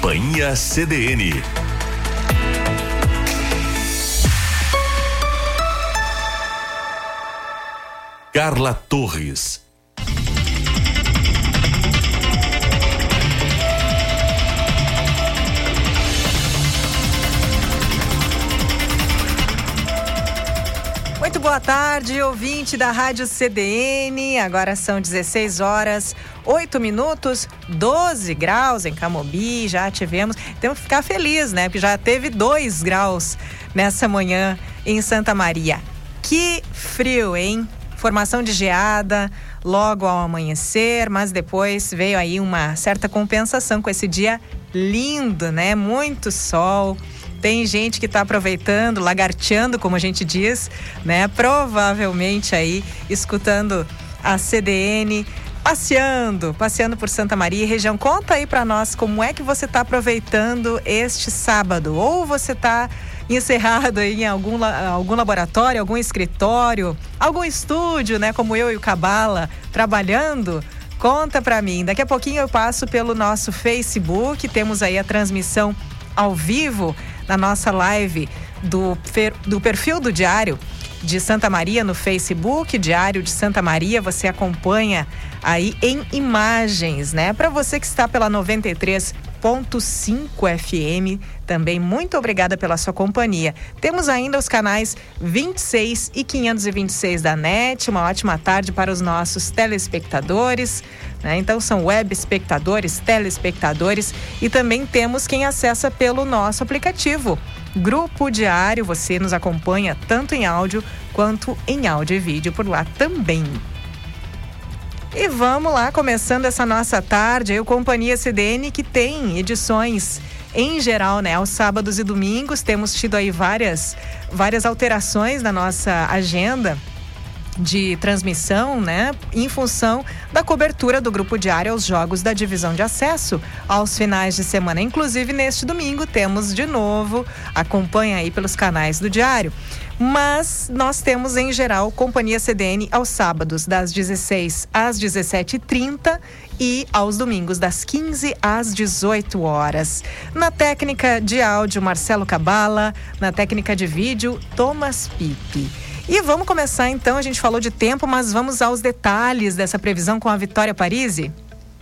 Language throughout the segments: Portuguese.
Companhia CDN. Carla Torres. Muito boa tarde, ouvinte da Rádio CDN. Agora são 16 horas, 8 minutos, 12 graus em Camobi. Já tivemos, temos que ficar feliz, né? Porque já teve 2 graus nessa manhã em Santa Maria. Que frio, hein? Formação de geada logo ao amanhecer, mas depois veio aí uma certa compensação com esse dia lindo, né? Muito sol. Tem gente que está aproveitando, lagarteando, como a gente diz, né? Provavelmente aí escutando a CDN, passeando por Santa Maria e região. Conta aí para nós como é que você está aproveitando este sábado. Ou você está encerrado aí em algum laboratório, algum escritório, algum estúdio, né? Como eu e o Cabala trabalhando. Conta para mim. Daqui a pouquinho eu passo pelo nosso Facebook. Temos aí a transmissão ao vivo na nossa live do perfil do Diário de Santa Maria no Facebook, Diário de Santa Maria. Você acompanha aí em imagens, né? Para você que está pela 93.5 FM, também muito obrigada pela sua companhia. Temos ainda os canais 26 e 526 da NET. Uma ótima tarde para os nossos telespectadores, né? Então são web espectadores, telespectadores, e também temos quem acessa pelo nosso aplicativo Grupo Diário. Você nos acompanha tanto em áudio quanto em áudio e vídeo por lá também. E vamos lá, começando essa nossa tarde, aí o Companhia CDN, que tem edições em geral, né? Aos sábados e domingos. Temos tido aí várias alterações na nossa agenda de transmissão, né? Em função da cobertura do Grupo Diário aos jogos da divisão de acesso aos finais de semana. Inclusive, neste domingo, temos de novo, acompanha aí pelos canais do Diário. Mas nós temos, em geral, Companhia CDN aos sábados, das 16 às 17h30 e aos domingos, das 15 às 18 horas. Na técnica de áudio, Marcelo Cabala. Na técnica de vídeo, Thomas Pipe. E vamos começar então, a gente falou de tempo, mas vamos aos detalhes dessa previsão com a Vitória Parisi.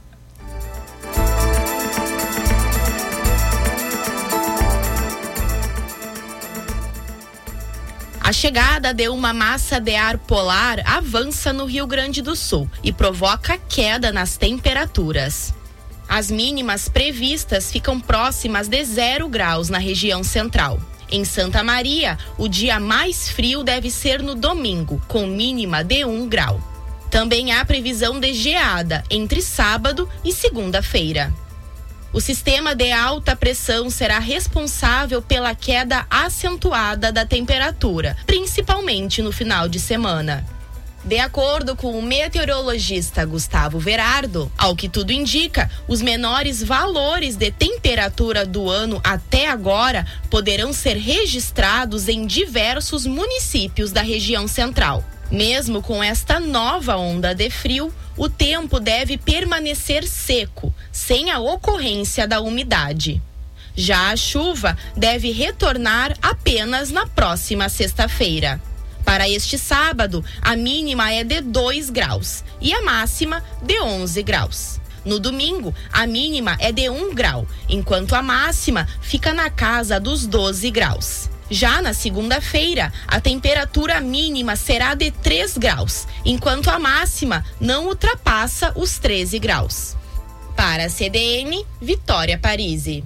A chegada de uma massa de ar polar avança no Rio Grande do Sul e provoca queda nas temperaturas. As mínimas previstas ficam próximas de 0 graus na região central. Em Santa Maria, o dia mais frio deve ser no domingo, com mínima de 1 grau. Também há previsão de geada entre sábado e segunda-feira. O sistema de alta pressão será responsável pela queda acentuada da temperatura, principalmente no final de semana. De acordo com o meteorologista Gustavo Verardo, ao que tudo indica, os menores valores de temperatura do ano até agora poderão ser registrados em diversos municípios da região central. Mesmo com esta nova onda de frio, o tempo deve permanecer seco, sem a ocorrência da umidade. Já a chuva deve retornar apenas na próxima sexta-feira. Para este sábado, a mínima é de 2 graus e a máxima de 11 graus. No domingo, a mínima é de 1 grau, enquanto a máxima fica na casa dos 12 graus. Já na segunda-feira, a temperatura mínima será de 3 graus, enquanto a máxima não ultrapassa os 13 graus. Para a CDN, Vitória Parisi.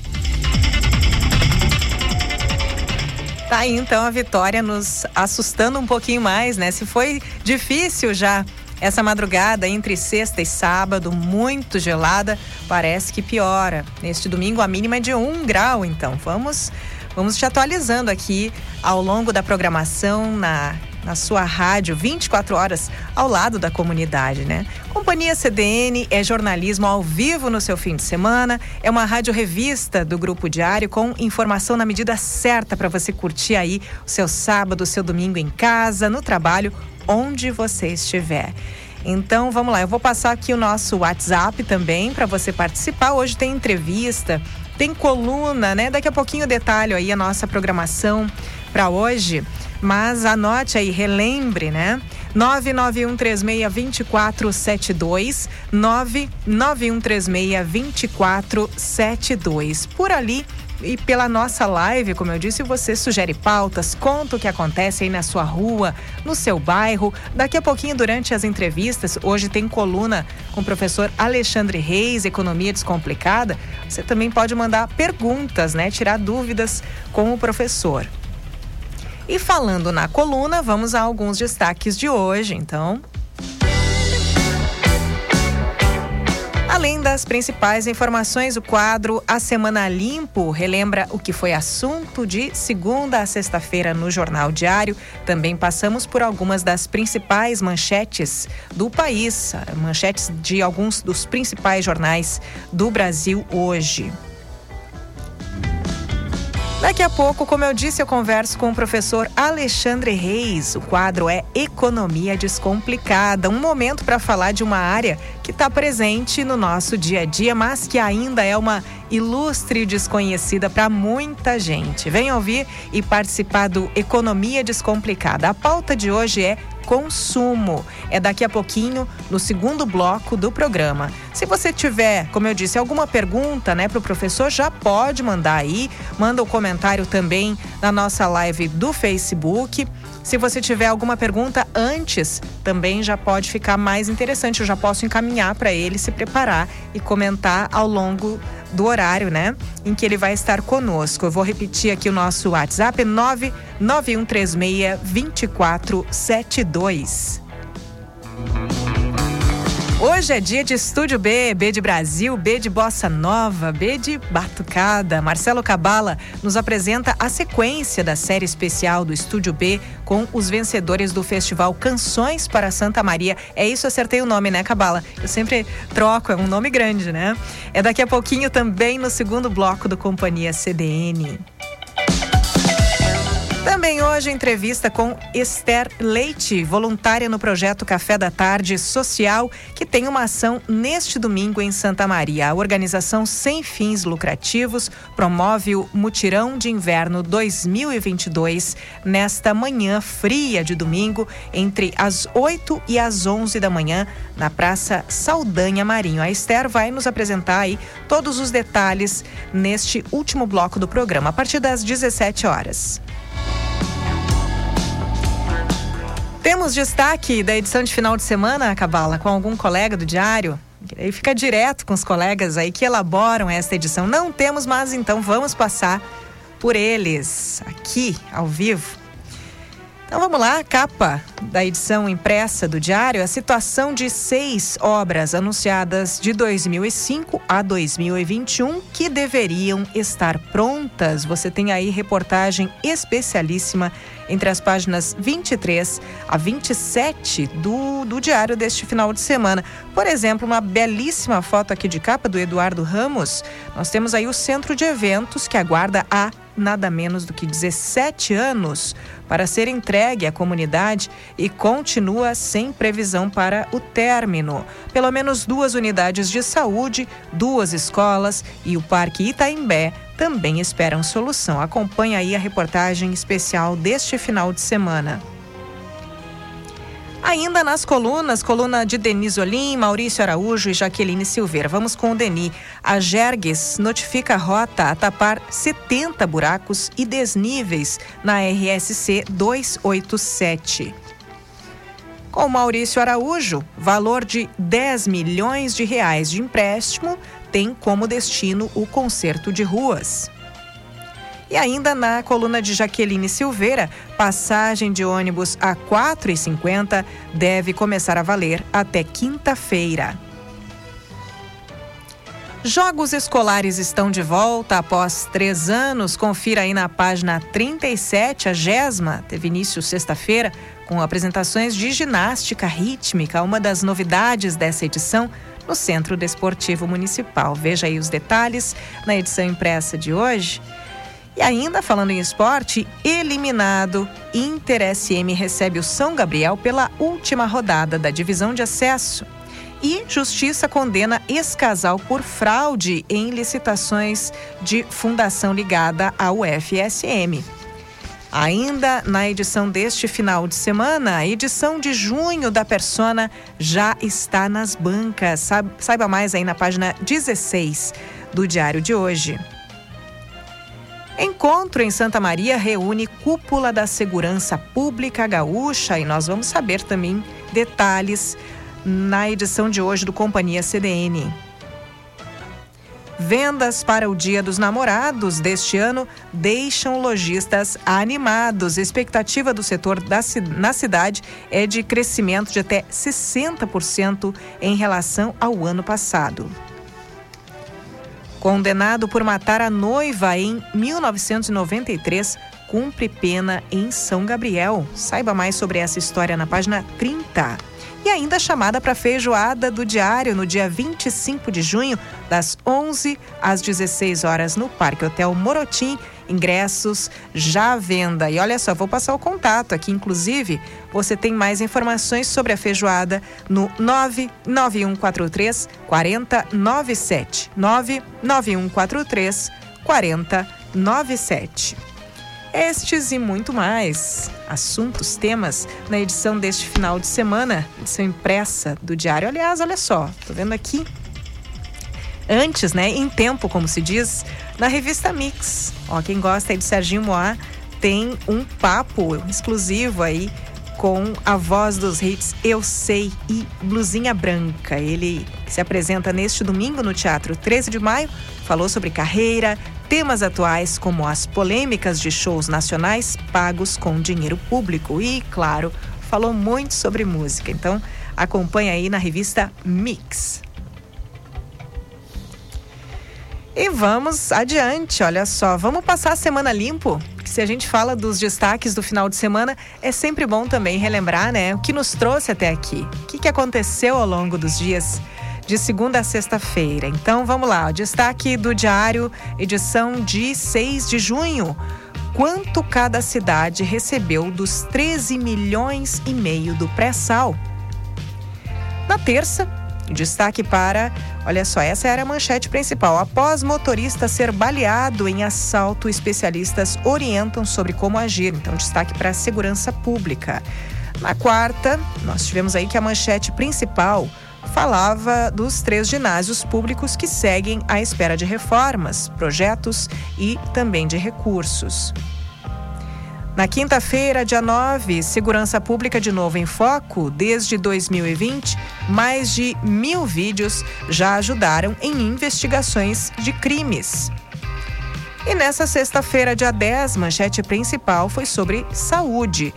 Tá aí então a Vitória nos assustando um pouquinho mais, né? Se foi difícil já essa madrugada entre sexta e sábado, muito gelada, parece que piora. Neste domingo a mínima é de 1 grau, então vamos te atualizando aqui ao longo da programação na sua rádio, 24 horas ao lado da comunidade, né? Companhia CDN é jornalismo ao vivo no seu fim de semana, é uma rádio revista do Grupo Diário com informação na medida certa para você curtir aí o seu sábado, o seu domingo em casa, no trabalho, onde você estiver. Então, vamos lá, eu vou passar aqui o nosso WhatsApp também para você participar. Hoje tem entrevista tem coluna, né? Daqui a pouquinho eu detalho aí a nossa programação para hoje, mas anote aí, relembre, né? 991362472, 991362472. Por ali e pela nossa live, como eu disse, você sugere pautas, conta o que acontece aí na sua rua, no seu bairro. Daqui a pouquinho, durante as entrevistas, hoje tem coluna com o professor Alexandre Reis, Economia Descomplicada. Você também pode mandar perguntas, né? Tirar dúvidas com o professor. E falando na coluna, vamos a alguns destaques de hoje, então. Além das principais informações, o quadro A Semana Limpo relembra o que foi assunto de segunda a sexta-feira no Jornal Diário. Também passamos por algumas das principais manchetes do país, manchetes de alguns dos principais jornais do Brasil hoje. Daqui a pouco, como eu disse, eu converso com o professor Alexandre Reis. O quadro é Economia Descomplicada, um momento para falar de uma área que está presente no nosso dia a dia, mas que ainda é uma ilustre e desconhecida para muita gente. Venha ouvir e participar do Economia Descomplicada. A pauta de hoje é consumo. É daqui a pouquinho, no segundo bloco do programa. Se você tiver, como eu disse, alguma pergunta, né, para o professor, já pode mandar aí. Manda o comentário também na nossa live do Facebook. Se você tiver alguma pergunta antes, também já pode ficar mais interessante. Eu já posso encaminhar para ele se preparar e comentar ao longo do horário, né, em que ele vai estar conosco. Eu vou repetir aqui o nosso WhatsApp, 991362472. Hoje é dia de Estúdio B, B de Brasil, B de Bossa Nova, B de Batucada. Marcelo Cabala nos apresenta a sequência da série especial do Estúdio B com os vencedores do Festival Canções para Santa Maria. É isso, acertei o nome, né, Cabala? Eu sempre troco, é um nome grande, né? É daqui a pouquinho também no segundo bloco do Companhia CDN. Também hoje entrevista com Esther Leite, voluntária no projeto Café da Tarde Social, que tem uma ação neste domingo em Santa Maria. A organização sem fins lucrativos promove o Mutirão de Inverno 2022 nesta manhã fria de domingo, entre as 8 e as 11 da manhã, na Praça Saldanha Marinho. A Esther vai nos apresentar aí todos os detalhes neste último bloco do programa, a partir das 17 horas. Temos destaque da edição de final de semana, Cabala, com algum colega do Diário? Aí fica direto com os colegas aí que elaboram esta edição. Não temos, mas então vamos passar por eles aqui, ao vivo. Então vamos lá, a capa da edição impressa do Diário, a situação de 6 obras anunciadas de 2005 a 2021 que deveriam estar prontas. Você tem aí reportagem especialíssima entre as páginas 23 a 27 do Diário deste final de semana. Por exemplo, uma belíssima foto aqui de capa do Eduardo Ramos. Nós temos aí o centro de eventos que aguarda há nada menos do que 17 anos para ser entregue à comunidade e continua sem previsão para o término. Pelo menos 2 unidades de saúde, 2 escolas e o Parque Itaimbé também esperam solução. Acompanhe aí a reportagem especial deste final de semana. Ainda nas colunas, coluna de Denise Olim, Maurício Araújo e Jaqueline Silveira. Vamos com o Deni. A Gergues notifica a rota a tapar 70 buracos e desníveis na RSC 287. Com Maurício Araújo, valor de 10 milhões de reais de empréstimo tem como destino o conserto de ruas. E ainda na coluna de Jaqueline Silveira, passagem de ônibus a R$ 4,50 deve começar a valer até quinta-feira. Jogos escolares estão de volta após 3 anos. Confira aí na página 37. A GESMA teve início sexta-feira com apresentações de ginástica rítmica, uma das novidades dessa edição no Centro Desportivo Municipal. Veja aí os detalhes na edição impressa de hoje. E ainda falando em esporte, eliminado, Inter SM recebe o São Gabriel pela última rodada da divisão de acesso. E Justiça condena ex-casal por fraude em licitações de fundação ligada ao FSM. Ainda na edição deste final de semana, a edição de junho da Persona já está nas bancas. Saiba mais aí na página 16 do Diário de hoje. Encontro em Santa Maria reúne cúpula da Segurança Pública Gaúcha e nós vamos saber também detalhes na edição de hoje do Companhia CDN. Vendas para o Dia dos Namorados deste ano deixam lojistas animados. A expectativa do setor na cidade é de crescimento de até 60% em relação ao ano passado. Condenado por matar a noiva em 1993, cumpre pena em São Gabriel. Saiba mais sobre essa história na página 30. E ainda chamada para feijoada do Diário no dia 25 de junho, das 11 às 16 horas no Parque Hotel Morotim. Ingressos já à venda. E olha só, vou passar o contato aqui, inclusive, você tem mais informações sobre a feijoada no 99143 4097. 99143 4097. Estes e muito mais assuntos, temas na edição deste final de semana, edição impressa do Diário. Aliás, olha só, tô vendo aqui, antes, né, em tempo, como se diz, na revista Mix. Ó, quem gosta aí de Serginho Moá tem um papo exclusivo aí com a voz dos hits Eu Sei e Blusinha Branca. Ele se apresenta neste domingo no Teatro 13 de Maio, falou sobre carreira, temas atuais como as polêmicas de shows nacionais pagos com dinheiro público e, claro, falou muito sobre música. Então, acompanha aí na revista Mix. E vamos adiante, olha só, vamos passar a semana limpo? Se a gente fala dos destaques do final de semana, é sempre bom também relembrar, né, o que nos trouxe até aqui. O que aconteceu ao longo dos dias de segunda a sexta-feira. Então, vamos lá, o destaque do Diário, edição de 6 de junho. Quanto cada cidade recebeu dos 13 milhões e meio do pré-sal? Na terça, destaque para, olha só, essa era a manchete principal. Após motorista ser baleado em assalto, especialistas orientam sobre como agir. Então, destaque para a segurança pública. Na quarta, nós tivemos aí que a manchete principal falava dos 3 ginásios públicos que seguem à espera de reformas, projetos e também de recursos. Na quinta-feira, dia 9, Segurança Pública de novo em foco. Desde 2020, mais de 1.000 vídeos já ajudaram em investigações de crimes. E nessa sexta-feira, dia 10, manchete principal foi sobre saúde.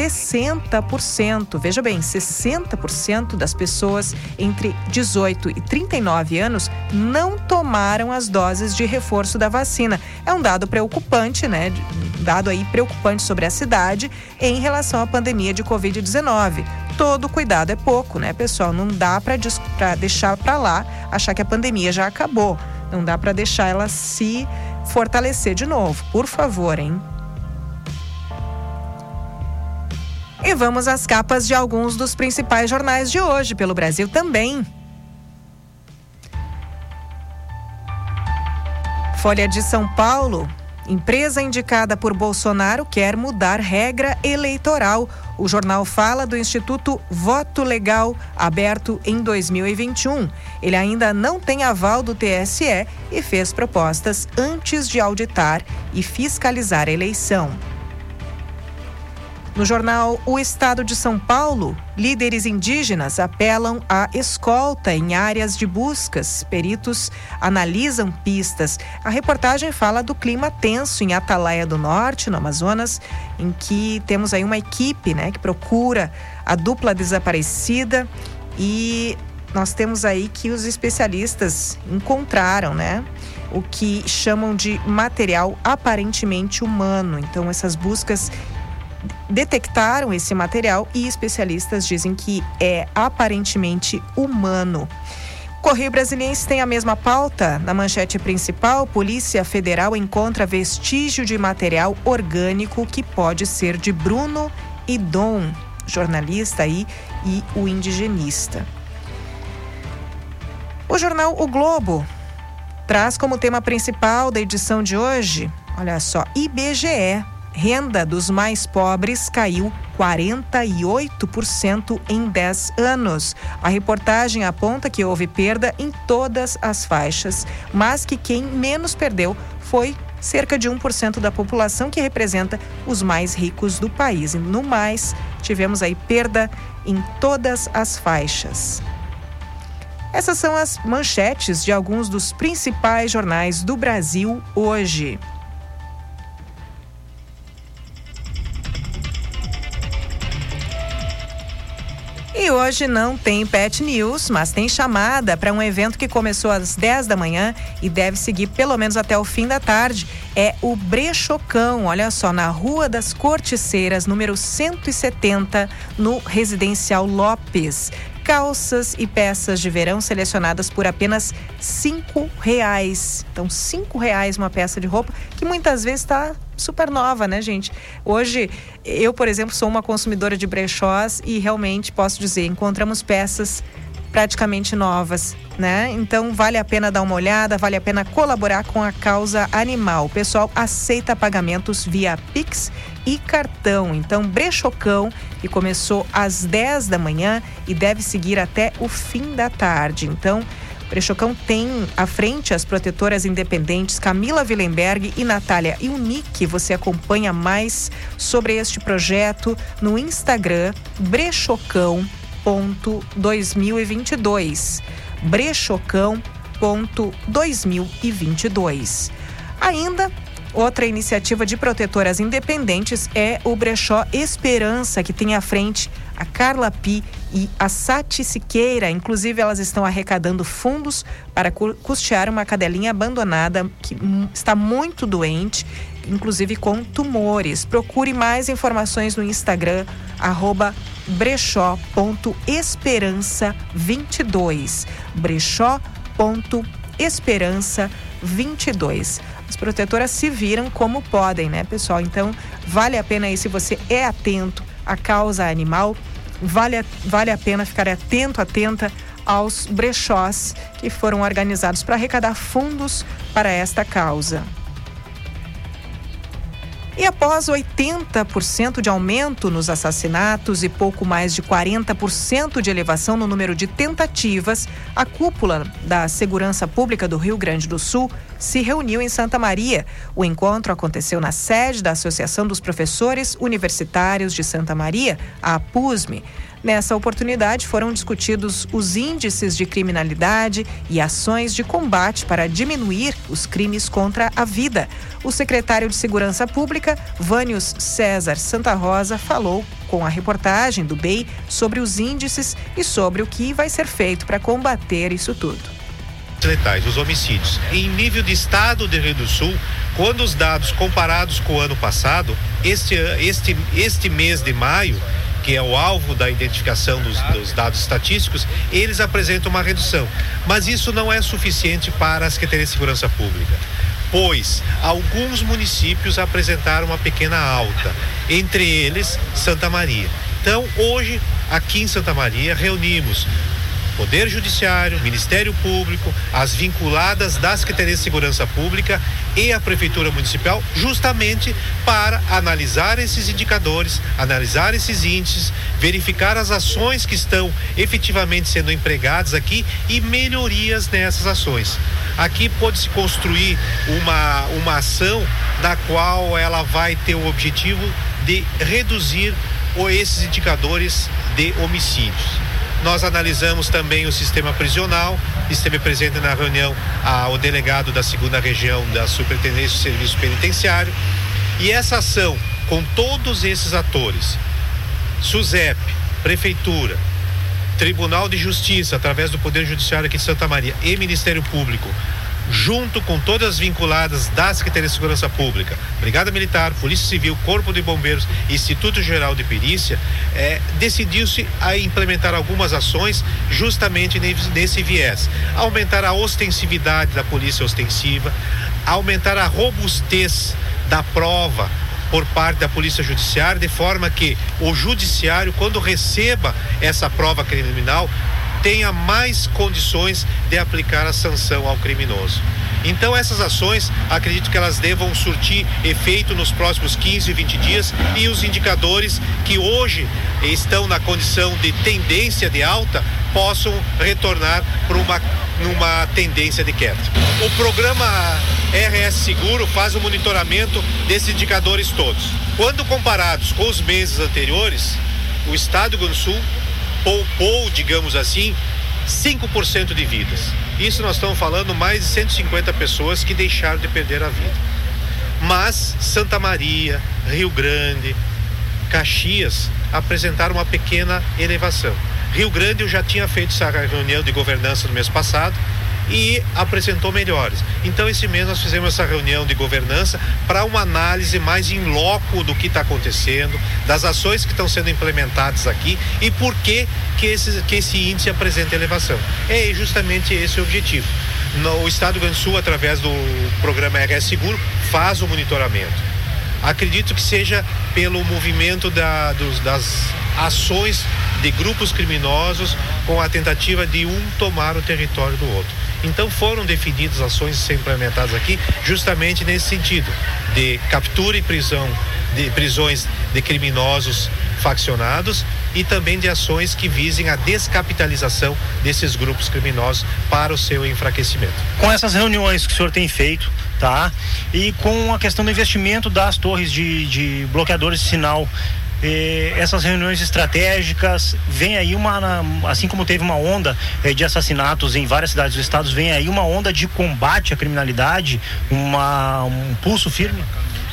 60%, veja bem, 60% das pessoas entre 18 e 39 anos não tomaram as doses de reforço da vacina. É um dado preocupante, né? Um dado aí preocupante sobre a cidade em relação à pandemia de Covid-19. Todo cuidado é pouco, né, pessoal? Não dá para deixar para lá, achar que a pandemia já acabou. Não dá para deixar ela se fortalecer de novo, por favor, hein? E vamos às capas de alguns dos principais jornais de hoje, pelo Brasil também. Folha de São Paulo. Empresa indicada por Bolsonaro quer mudar regra eleitoral. O jornal fala do Instituto Voto Legal, aberto em 2021. Ele ainda não tem aval do TSE e fez propostas antes de auditar e fiscalizar a eleição. No jornal O Estado de São Paulo, líderes indígenas apelam à escolta em áreas de buscas. Peritos analisam pistas. A reportagem fala do clima tenso em Atalaia do Norte, no Amazonas, em que temos aí uma equipe, né, que procura a dupla desaparecida e nós temos aí que os especialistas encontraram, né, o que chamam de material aparentemente humano. Então, essas buscas detectaram esse material e especialistas dizem que é aparentemente humano. Correio Brasiliense tem a mesma pauta. Na manchete principal, Polícia Federal encontra vestígio de material orgânico que pode ser de Bruno e Dom, jornalista aí, e o indigenista. O jornal O Globo traz como tema principal da edição de hoje, olha só, IBGE, renda dos mais pobres caiu 48% em 10 anos. A reportagem aponta que houve perda em todas as faixas, mas que quem menos perdeu foi cerca de 1% da população, que representa os mais ricos do país. E no mais, tivemos aí perda em todas as faixas. Essas são as manchetes de alguns dos principais jornais do Brasil hoje. E hoje não tem Pet News, mas tem chamada para um evento que começou às 10 da manhã e deve seguir pelo menos até o fim da tarde. É o Brechocão, olha só, na Rua das Corticeiras, número 170, no Residencial Lopes. Calças e peças de verão selecionadas por apenas R$5. Então, R$5 uma peça de roupa, que muitas vezes está super nova, né, gente? Hoje, eu, por exemplo, sou uma consumidora de brechós e realmente posso dizer, encontramos peças praticamente novas, né? Então, vale a pena dar uma olhada, vale a pena colaborar com a causa animal. O pessoal aceita pagamentos via Pix e cartão. Então, Brechocão, que começou às 10 da manhã e deve seguir até o fim da tarde. Então, Brechocão tem à frente as protetoras independentes Camila Willenberg e Natália Iunic. Você acompanha mais sobre este projeto no Instagram, brechocão.2022. brechocão.2022. Ainda outra iniciativa de protetoras independentes é o Brechó Esperança, que tem à frente a Carla Pi e a Sati Siqueira. Inclusive, elas estão arrecadando fundos para custear uma cadelinha abandonada que está muito doente, inclusive com tumores. Procure mais informações no Instagram, @brechó.esperança22. brechó.esperança22. As protetoras se viram como podem, né, pessoal? Então, vale a pena aí, se você é atento à causa animal, vale a pena ficar atenta aos brechós que foram organizados para arrecadar fundos para esta causa. E após 80% de aumento nos assassinatos e pouco mais de 40% de elevação no número de tentativas, a cúpula da Segurança Pública do Rio Grande do Sul se reuniu em Santa Maria. O encontro aconteceu na sede da Associação dos Professores Universitários de Santa Maria, a APUSME. Nessa oportunidade, foram discutidos os índices de criminalidade e ações de combate para diminuir os crimes contra a vida. O secretário de Segurança Pública, Vânios César Santa Rosa, falou com a reportagem do BEI sobre os índices e sobre o que vai ser feito para combater isso tudo. Letais, os homicídios. Em nível de estado do Rio do Sul, quando os dados comparados com o ano passado, este mês de maio, que é o alvo da identificação dos dados estatísticos, eles apresentam uma redução. Mas isso não é suficiente para a Secretaria de Segurança Pública, pois alguns municípios apresentaram uma pequena alta, entre eles Santa Maria. Então, hoje, aqui em Santa Maria, reunimos Poder Judiciário, Ministério Público, as vinculadas da Secretaria de Segurança Pública e a Prefeitura Municipal, justamente para analisar esses indicadores, analisar esses índices, verificar as ações que estão efetivamente sendo empregadas aqui e melhorias nessas ações. Aqui pode-se construir uma ação da qual ela vai ter o objetivo de reduzir esses indicadores de homicídios. Nós analisamos também o sistema prisional, esteve presente na reunião o delegado da 2ª Região da Superintendência do Serviço Penitenciário, e essa ação com todos esses atores, SUSEP, Prefeitura, Tribunal de Justiça, através do Poder Judiciário aqui de Santa Maria e Ministério Público, junto com todas as vinculadas da Secretaria de Segurança Pública, Brigada Militar, Polícia Civil, Corpo de Bombeiros, Instituto Geral de Perícia, decidiu-se a implementar algumas ações justamente nesse viés. Aumentar a ostensividade da polícia ostensiva, aumentar a robustez da prova por parte da Polícia Judiciária, de forma que o Judiciário, quando receba essa prova criminal, tenha mais condições de aplicar a sanção ao criminoso. Então essas ações, acredito que elas devam surtir efeito nos próximos 15, 20 dias, e os indicadores que hoje estão na condição de tendência de alta possam retornar para numa tendência de queda. O programa RS Seguro faz o monitoramento desses indicadores todos. Quando comparados com os meses anteriores, o Estado do Rio Grande do Sul poupou, digamos assim, 5% de vidas. Isso nós estamos falando mais de 150 pessoas que deixaram de perder a vida. Mas Santa Maria, Rio Grande, Caxias apresentaram uma pequena elevação. Rio Grande eu já tinha feito essa reunião de governança no mês passado e apresentou melhores. Então esse mês nós fizemos essa reunião de governança para uma análise mais em loco do que está acontecendo, das ações que estão sendo implementadas aqui e por que esse índice apresenta elevação. É justamente esse o objetivo. O Estado do Rio Grande do Sul, através do programa RS Seguro, faz o monitoramento. Acredito que seja pelo movimento das ações de grupos criminosos com a tentativa de um tomar o território do outro. Então foram definidas ações a ser implementadas aqui justamente nesse sentido, de captura e prisões de criminosos faccionados e também de ações que visem a descapitalização desses grupos criminosos para o seu enfraquecimento. Com essas reuniões que o senhor tem feito, tá? E com a questão do investimento das torres de bloqueadores de sinal, essas reuniões estratégicas, vem aí assim como teve uma onda de assassinatos em várias cidades do estado, vem aí uma onda de combate à criminalidade, um pulso firme?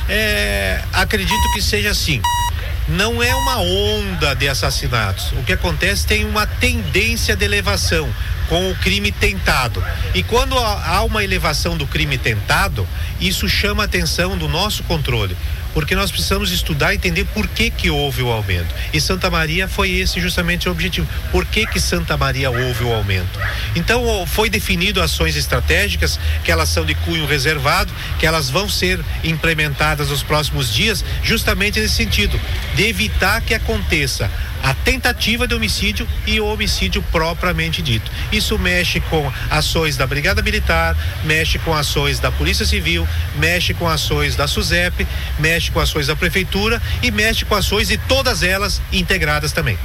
Acredito que seja assim. Não é uma onda de assassinatos. O que acontece, tem uma tendência de elevação com o crime tentado. E quando há uma elevação do crime tentado, isso chama a atenção do nosso controle. Porque nós precisamos estudar e entender por que houve o aumento. E Santa Maria foi esse justamente o objetivo. Por que Santa Maria houve o aumento? Então foi definido ações estratégicas, que elas são de cunho reservado, que elas vão ser implementadas nos próximos dias, justamente nesse sentido, de evitar que aconteça a tentativa de homicídio e o homicídio propriamente dito. Isso mexe com ações da Brigada Militar, mexe com ações da Polícia Civil, mexe com ações da SUSEP, mexe com ações da Prefeitura e mexe com ações de todas elas integradas também.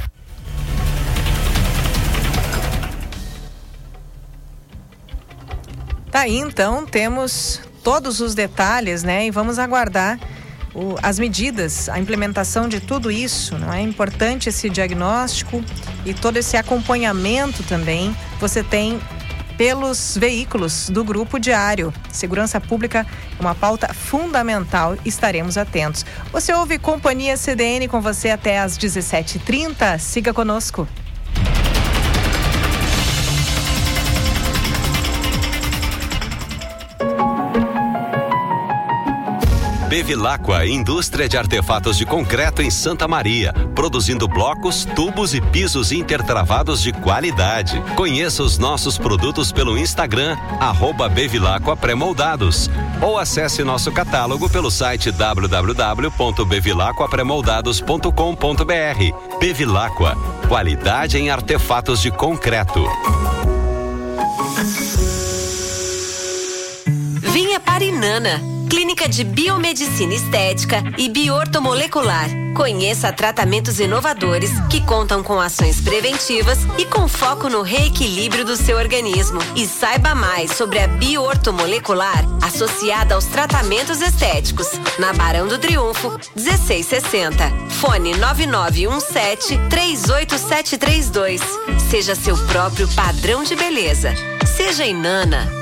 Tá aí, então, temos todos os detalhes, né? E vamos aguardar as medidas, a implementação de tudo isso. Não é importante esse diagnóstico e todo esse acompanhamento também você tem pelos veículos do Grupo Diário. Segurança Pública é uma pauta fundamental, estaremos atentos. Você ouve Companhia CDN com você até às 17h30, siga conosco. Bevilacqua, indústria de artefatos de concreto em Santa Maria, produzindo blocos, tubos e pisos intertravados de qualidade. Conheça os nossos produtos pelo Instagram, @Bevilacqua Pré-Moldados, ou acesse nosso catálogo pelo site www.bevilacquapremoldados.com.br. Bevilacqua, qualidade em artefatos de concreto. Vinha para Inana, Clínica de Biomedicina Estética e Biortomolecular. Conheça tratamentos inovadores que contam com ações preventivas e com foco no reequilíbrio do seu organismo. E saiba mais sobre a Biortomolecular associada aos tratamentos estéticos. Na Barão do Triunfo, 1660. Fone 9917-38732. Seja seu próprio padrão de beleza. Seja Inana.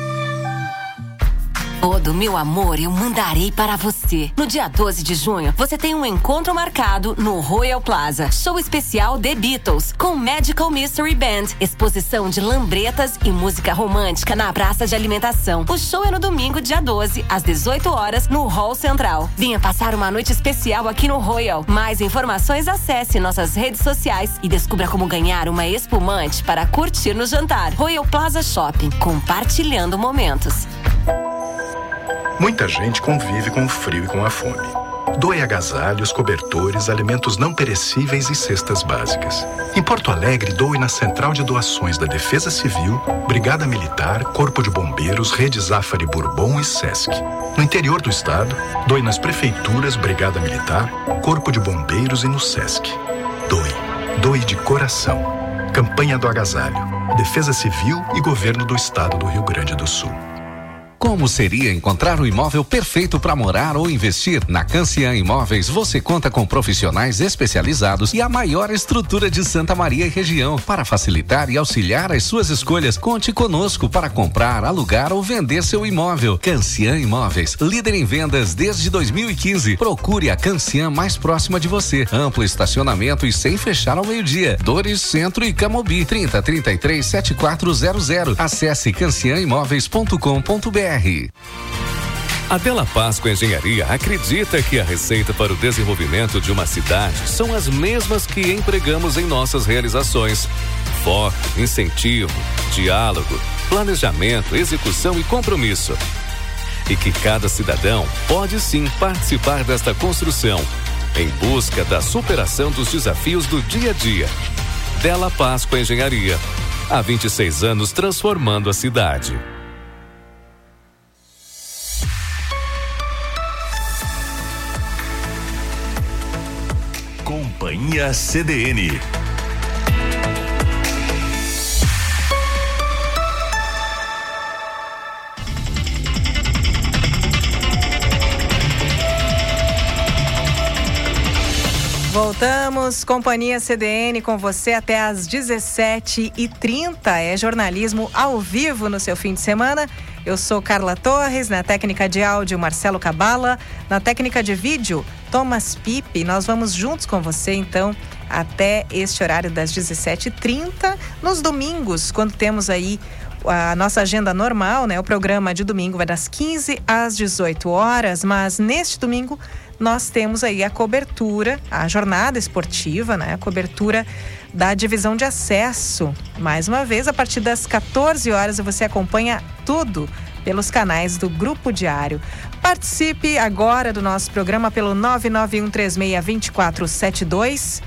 Todo meu amor eu mandarei para você. No dia 12 de junho, você tem um encontro marcado no Royal Plaza. Show especial The Beatles, com Magical Mystery Band. Exposição de lambretas e música romântica na praça de alimentação. O show é no domingo, dia 12, às 18 horas, no Hall Central. Venha passar uma noite especial aqui no Royal. Mais informações, acesse nossas redes sociais e descubra como ganhar uma espumante para curtir no jantar. Royal Plaza Shopping, compartilhando momentos. Muita gente convive com o frio e com a fome. Doe agasalhos, cobertores, alimentos não perecíveis e cestas básicas. Em Porto Alegre, doe na Central de Doações da Defesa Civil, Brigada Militar, Corpo de Bombeiros, Rede Zafari Bourbon e Sesc. No interior do estado, doe nas prefeituras, Brigada Militar, Corpo de Bombeiros e no Sesc. Doe de coração. Campanha do Agasalho, Defesa Civil e Governo do Estado do Rio Grande do Sul. Como seria encontrar o imóvel perfeito para morar ou investir? Na Cancian Imóveis você conta com profissionais especializados e a maior estrutura de Santa Maria e região. Para facilitar e auxiliar as suas escolhas, conte conosco para comprar, alugar ou vender seu imóvel. Cancian Imóveis, líder em vendas desde 2015. Procure a Cancian mais próxima de você. Amplo estacionamento e sem fechar ao meio-dia. Dores, Centro e Camobi. 3033-7400. Acesse cancianimóveis.com.br. A Della Páscoa Engenharia acredita que a receita para o desenvolvimento de uma cidade são as mesmas que empregamos em nossas realizações: foco, incentivo, diálogo, planejamento, execução e compromisso. E que cada cidadão pode sim participar desta construção, em busca da superação dos desafios do dia a dia. Della Páscoa Engenharia, há 26 anos transformando a cidade. Companhia CDN. Voltamos, Companhia CDN com você até às 17h30. É jornalismo ao vivo no seu fim de semana. Eu sou Carla Torres, na técnica de áudio Marcelo Cabala, na técnica de vídeo Thomas Pipe. Nós vamos juntos com você, então, até este horário das 17h30. Nos domingos, quando temos aí a nossa agenda normal, né? O programa de domingo vai das 15 às 18 horas, mas neste domingo nós temos aí a cobertura, a jornada esportiva, né? A cobertura da divisão de acesso. Mais uma vez, a partir das 14 horas você acompanha tudo pelos canais do Grupo Diário. Participe agora do nosso programa pelo 991362472,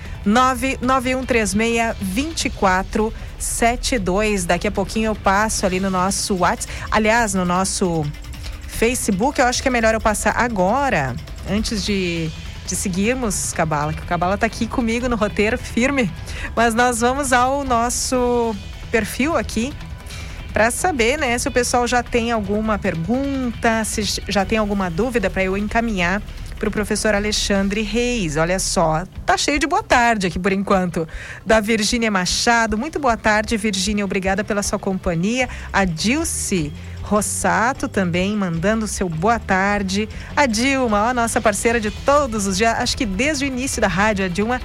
991362472. Daqui a pouquinho eu passo ali no nosso WhatsApp, aliás, no nosso Facebook. Eu acho que é melhor eu passar agora, antes de seguirmos, Cabala, que o Cabala está aqui comigo no roteiro, firme. Mas nós vamos ao nosso perfil aqui para saber, né, se o pessoal já tem alguma pergunta, se já tem alguma dúvida para eu encaminhar para o professor Alexandre Reis. Olha só, tá cheio de boa tarde aqui por enquanto. Da Virgínia Machado, muito boa tarde, Virgínia, obrigada pela sua companhia. A Dilce Rossato também mandando seu boa tarde. A Dilma, ó, nossa parceira de todos os dias, acho que desde o início da rádio, a Dilma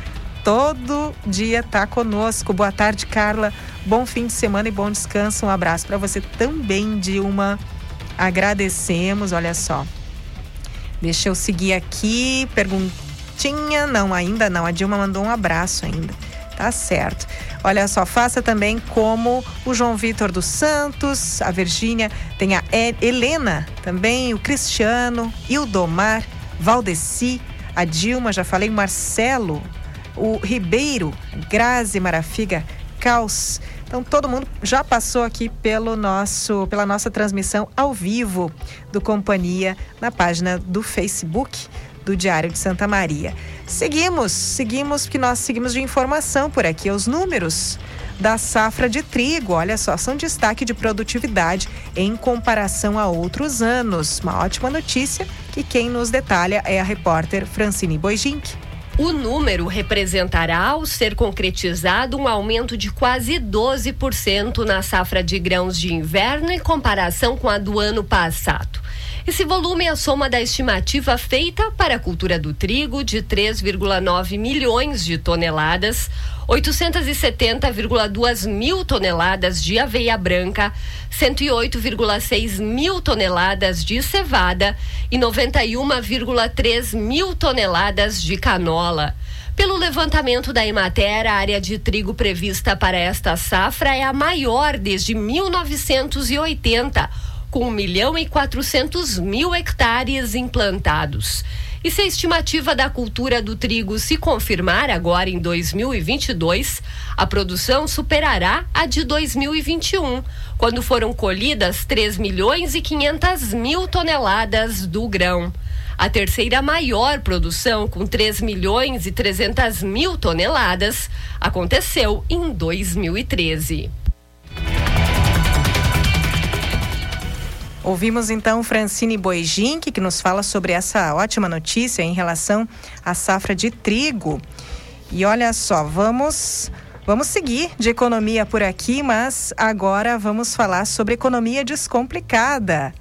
todo dia tá conosco. Boa tarde, Carla, bom fim de semana e bom descanso. Um abraço para você também, Dilma, agradecemos. Olha só, deixa eu seguir aqui, perguntinha, não, ainda não, a Dilma mandou um abraço ainda, tá certo. Olha só, faça também como o João Vitor dos Santos, a Virgínia, tem a Helena também, o Cristiano, Ildomar, Valdeci, a Dilma, já falei, Marcelo, o Ribeiro, Grazi Marafiga, Caos. Então todo mundo já passou aqui pela nossa transmissão ao vivo do Companhia na página do Facebook do Diário de Santa Maria. Seguimos porque nós seguimos de informação por aqui. Os números da safra de trigo, olha só, são destaque de produtividade em comparação a outros anos. Uma ótima notícia que quem nos detalha é a repórter Francine Boijink. O número representará, ao ser concretizado, um aumento de quase 12% na safra de grãos de inverno em comparação com a do ano passado. Esse volume é a soma da estimativa feita para a cultura do trigo de 3,9 milhões de toneladas, 870,2 mil toneladas de aveia branca, 108,6 mil toneladas de cevada e 91,3 mil toneladas de canola. Pelo levantamento da Emater, a área de trigo prevista para esta safra é a maior desde 1980, com 1.400.000 hectares implantados. E se a estimativa da cultura do trigo se confirmar agora em 2022, a produção superará a de 2021, quando foram colhidas 3.500.000 toneladas do grão. A terceira maior produção, com 3.300.000 toneladas, aconteceu em 2013. Ouvimos então Francine Boijink, que nos fala sobre essa ótima notícia em relação à safra de trigo. E olha só, vamos seguir de economia por aqui, mas agora vamos falar sobre economia descomplicada.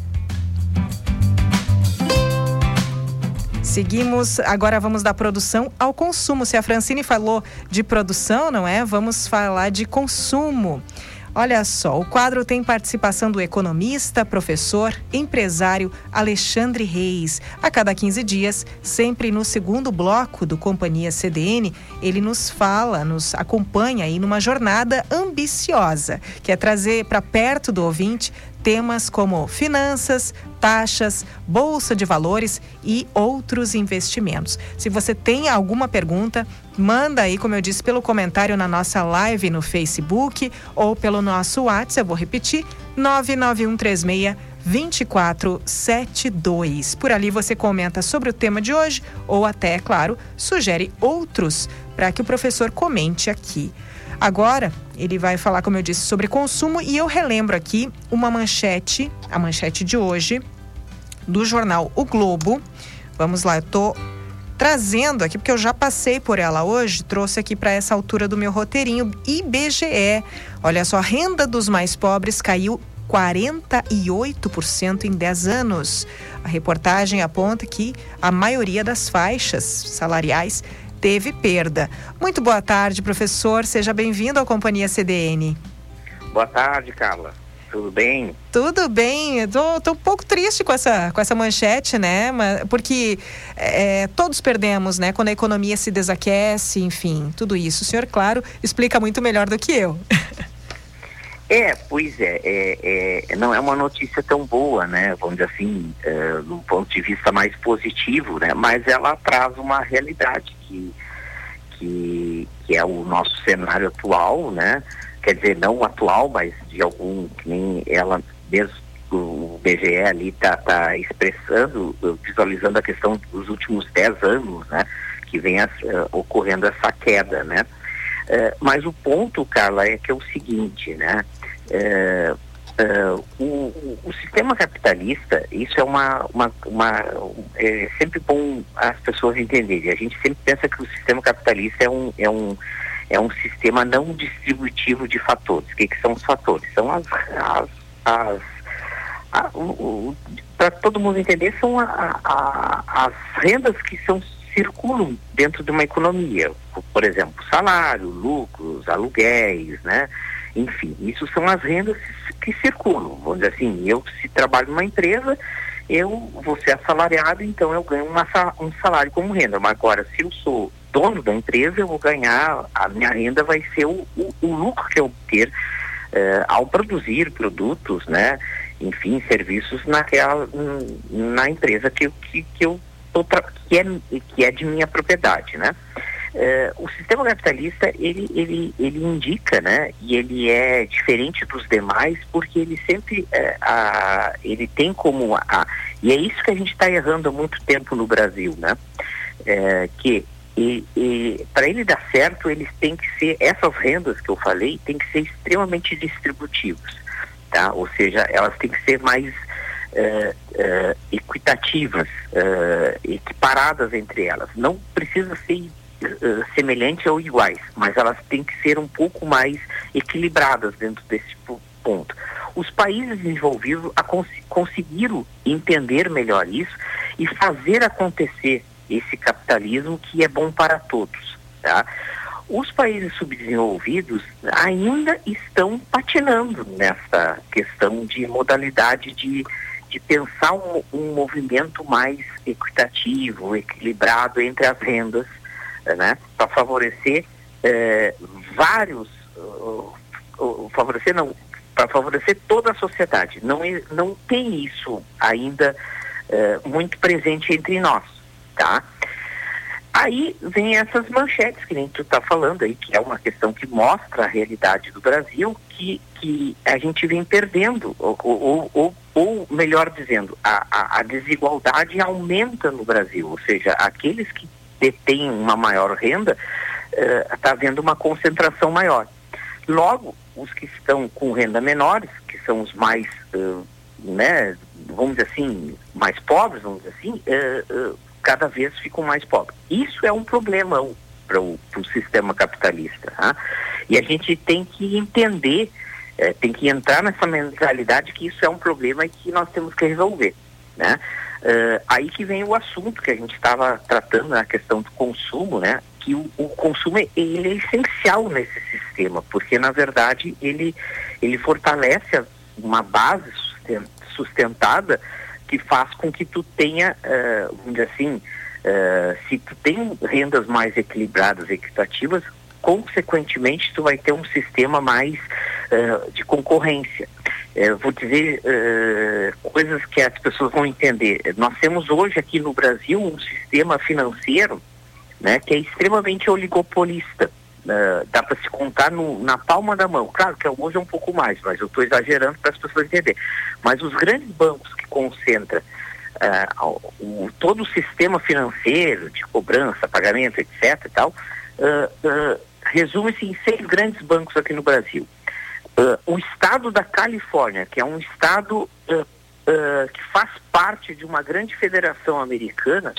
Seguimos, agora vamos da produção ao consumo. Se a Francine falou de produção, não é? Vamos falar de consumo. Olha só, o quadro tem participação do economista, professor, empresário Alexandre Reis. A cada 15 dias, sempre no segundo bloco do Companhia CDN, ele nos fala, nos acompanha aí numa jornada ambiciosa, que é trazer para perto do ouvinte temas como finanças, taxas, bolsa de valores e outros investimentos. Se você tem alguma pergunta, manda aí, como eu disse, pelo comentário na nossa live no Facebook ou pelo nosso WhatsApp, eu vou repetir, 99136-2472. Por ali você comenta sobre o tema de hoje ou até, é claro, sugere outros para que o professor comente aqui. Agora, ele vai falar, como eu disse, sobre consumo e eu relembro aqui uma manchete, a manchete de hoje, do jornal O Globo. Vamos lá, eu tô trazendo aqui, porque eu já passei por ela hoje, trouxe aqui para essa altura do meu roteirinho, IBGE. Olha só, a renda dos mais pobres caiu 48% em 10 anos. A reportagem aponta que a maioria das faixas salariais teve perda. Muito boa tarde, professor. Seja bem-vindo à Companhia CDN. Boa tarde, Carla. Tudo bem? Tudo bem. Eu tô um pouco triste com essa manchete, né? Porque todos perdemos, né? Quando a economia se desaquece, enfim, tudo isso. O senhor, claro, explica muito melhor do que eu. Não é uma notícia tão boa, né? Vamos dizer assim, do ponto de vista mais positivo, né? Mas ela traz uma realidade que é o nosso cenário atual, né? Quer dizer, não atual, mas de algum, que nem ela mesmo, o BGE ali tá expressando, visualizando a questão dos últimos 10 anos, né? Que vem ocorrendo essa queda, né? Mas o ponto, Carla, é que é o seguinte, né? O sistema capitalista, isso é é sempre bom as pessoas entenderem. A gente sempre pensa que o sistema capitalista é um sistema não distributivo de fatores. O que são os fatores? São para todo mundo entender, são as rendas que circulam dentro de uma economia. Por exemplo, salário, lucros, aluguéis, né? Enfim, isso são as rendas que circulam. Vamos dizer assim, eu se trabalho numa empresa, eu vou ser assalariado, então eu ganho um salário como renda. Mas agora, se eu sou dono da empresa, eu vou ganhar, a minha renda vai ser o lucro que eu ter ao produzir produtos, né? Enfim, serviços na empresa que é de minha propriedade, né? O sistema capitalista, ele indica, né? E ele é diferente dos demais porque ele sempre ele tem como e é isso que a gente está errando há muito tempo no Brasil, né? Para ele dar certo, eles têm que ser, essas rendas que eu falei, tem que ser extremamente distributivas, tá? Ou seja, elas têm que ser mais equitativas, equiparadas entre elas. Não precisa ser semelhantes ou iguais, mas elas têm que ser um pouco mais equilibradas dentro desse ponto. Os países desenvolvidos conseguiram entender melhor isso e fazer acontecer esse capitalismo que é bom para todos, tá? Os países subdesenvolvidos ainda estão patinando nessa questão de modalidade de pensar um movimento mais equitativo, equilibrado entre as rendas, né? Para favorecer para favorecer toda a sociedade. Não tem isso ainda muito presente entre nós, tá? Aí vem essas manchetes que nem tu tá falando aí, que é uma questão que mostra a realidade do Brasil, que a gente vem perdendo, ou melhor dizendo, a desigualdade aumenta no Brasil, ou seja, aqueles que detêm uma maior renda, está havendo uma concentração maior. Logo, os que estão com renda menores, que são os mais, vamos dizer assim, mais pobres, vamos dizer assim, cada vez ficam mais pobres. Isso é um problema para o sistema capitalista. Tá? E a gente tem que entender, tem que entrar nessa mentalidade que isso é um problema e que nós temos que resolver. Né? Aí que vem o assunto que a gente estava tratando, a questão do consumo, né? Que o consumo ele é essencial nesse sistema, porque na verdade ele fortalece uma base sustentada que faz com que tu tenha, vamos dizer assim, se tu tem rendas mais equilibradas, equitativas, consequentemente tu vai ter um sistema mais de concorrência. Vou dizer coisas que as pessoas vão entender. Nós temos hoje aqui no Brasil um sistema financeiro, né, que é extremamente oligopolista. Dá para se contar na palma da mão. Claro que hoje é um pouco mais, mas eu estou exagerando para as pessoas entenderem. Mas os grandes bancos que concentram todo o sistema financeiro de cobrança, pagamento, etc. e tal, resume-se em 6 grandes bancos aqui no Brasil. O estado da Califórnia, que é um estado que faz parte de uma grande federação americana,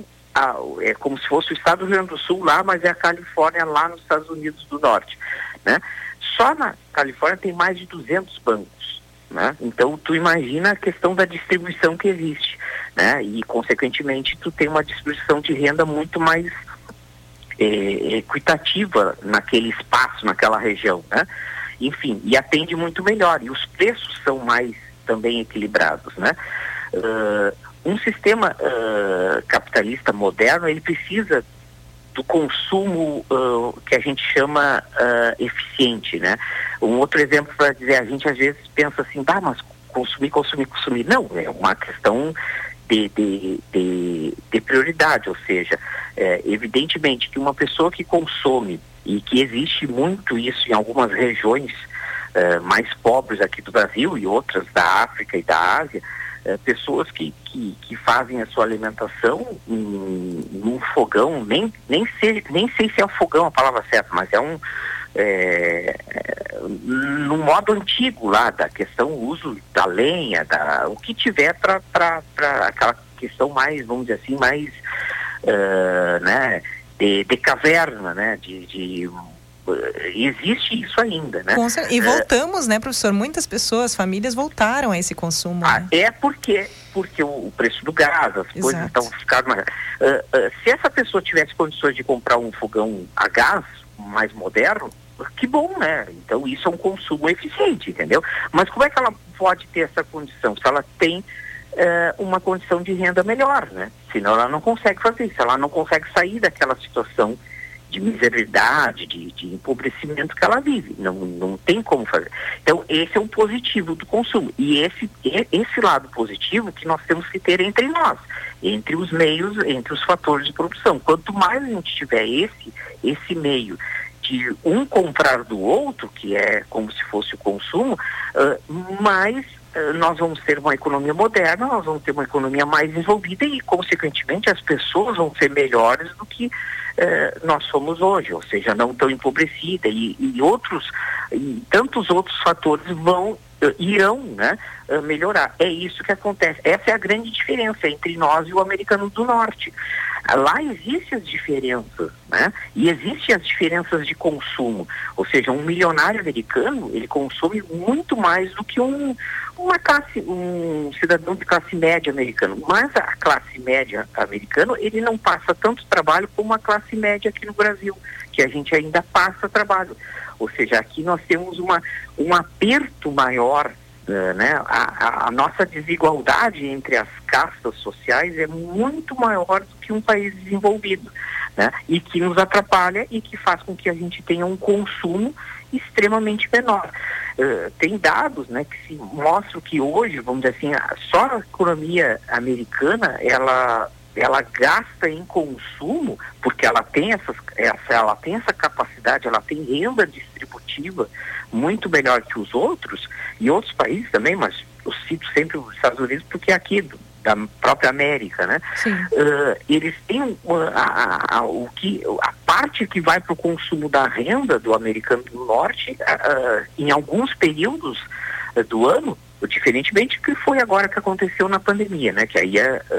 é como se fosse o estado do Rio Grande do Sul lá, mas é a Califórnia lá nos Estados Unidos do Norte, né? Só na Califórnia tem mais de 200 bancos, né? Então tu imagina a questão da distribuição que existe, né? E consequentemente tu tem uma distribuição de renda muito mais equitativa naquele espaço, naquela região, né? Enfim, e atende muito melhor, e os preços são mais também equilibrados, né? Um sistema capitalista moderno, ele precisa do consumo que a gente chama eficiente, né? Um outro exemplo para dizer, a gente às vezes pensa assim, mas consumir. Não, é uma questão de prioridade, ou seja, evidentemente que uma pessoa que consome, e que existe muito isso em algumas regiões mais pobres aqui do Brasil e outras da África e da Ásia, pessoas que fazem a sua alimentação num fogão, nem sei se é o fogão a palavra certa, mas num modo antigo lá, da questão uso da lenha, o que tiver para aquela questão mais, vamos dizer assim, mais de caverna, né, existe isso ainda, né? E voltamos, né, professor? Muitas pessoas, famílias voltaram a esse consumo. Né? Porque o preço do gás, as coisas estão ficando mais... se essa pessoa tivesse condições de comprar um fogão a gás mais moderno, que bom, né? Então isso é um consumo eficiente, entendeu? Mas como é que ela pode ter essa condição? Se ela tem uma condição de renda melhor, né? Senão ela não consegue fazer isso, ela não consegue sair daquela situação de miseridade, de empobrecimento que ela vive. Não tem como fazer. Então, esse é o positivo do consumo. E esse lado positivo que nós temos que ter entre nós, entre os meios, entre os fatores de produção. Quanto mais a gente tiver esse meio de um comprar do outro, que é como se fosse o consumo, mais nós vamos ter uma economia moderna, nós vamos ter uma economia mais desenvolvida e, consequentemente, as pessoas vão ser melhores do que nós somos hoje, ou seja, não tão empobrecida e tantos outros fatores irão, né, melhorar. É isso que acontece. Essa é a grande diferença entre nós e o americano do norte. Lá existem as diferenças, né? E existem as diferenças de consumo. Ou seja, um milionário americano, ele consome muito mais do que um cidadão de classe média americano. Mas a classe média americana, ele não passa tanto trabalho como a classe média aqui no Brasil, que a gente ainda passa trabalho. Ou seja, aqui nós temos um aperto maior, né? A nossa desigualdade entre as castas sociais é muito maior do que um país desenvolvido, né? E que nos atrapalha e que faz com que a gente tenha um consumo extremamente menor. Tem dados, né, que se mostram que hoje, vamos dizer assim, só a economia americana, ela ela gasta em consumo, porque ela tem essa capacidade, ela tem renda distributiva muito melhor que os outros, e outros países também, mas eu cito sempre os Estados Unidos porque é aqui da própria América, né? Eles têm a parte que vai para o consumo da renda do americano do norte, em alguns períodos do ano, diferentemente do que foi agora que aconteceu na pandemia, né? Que aí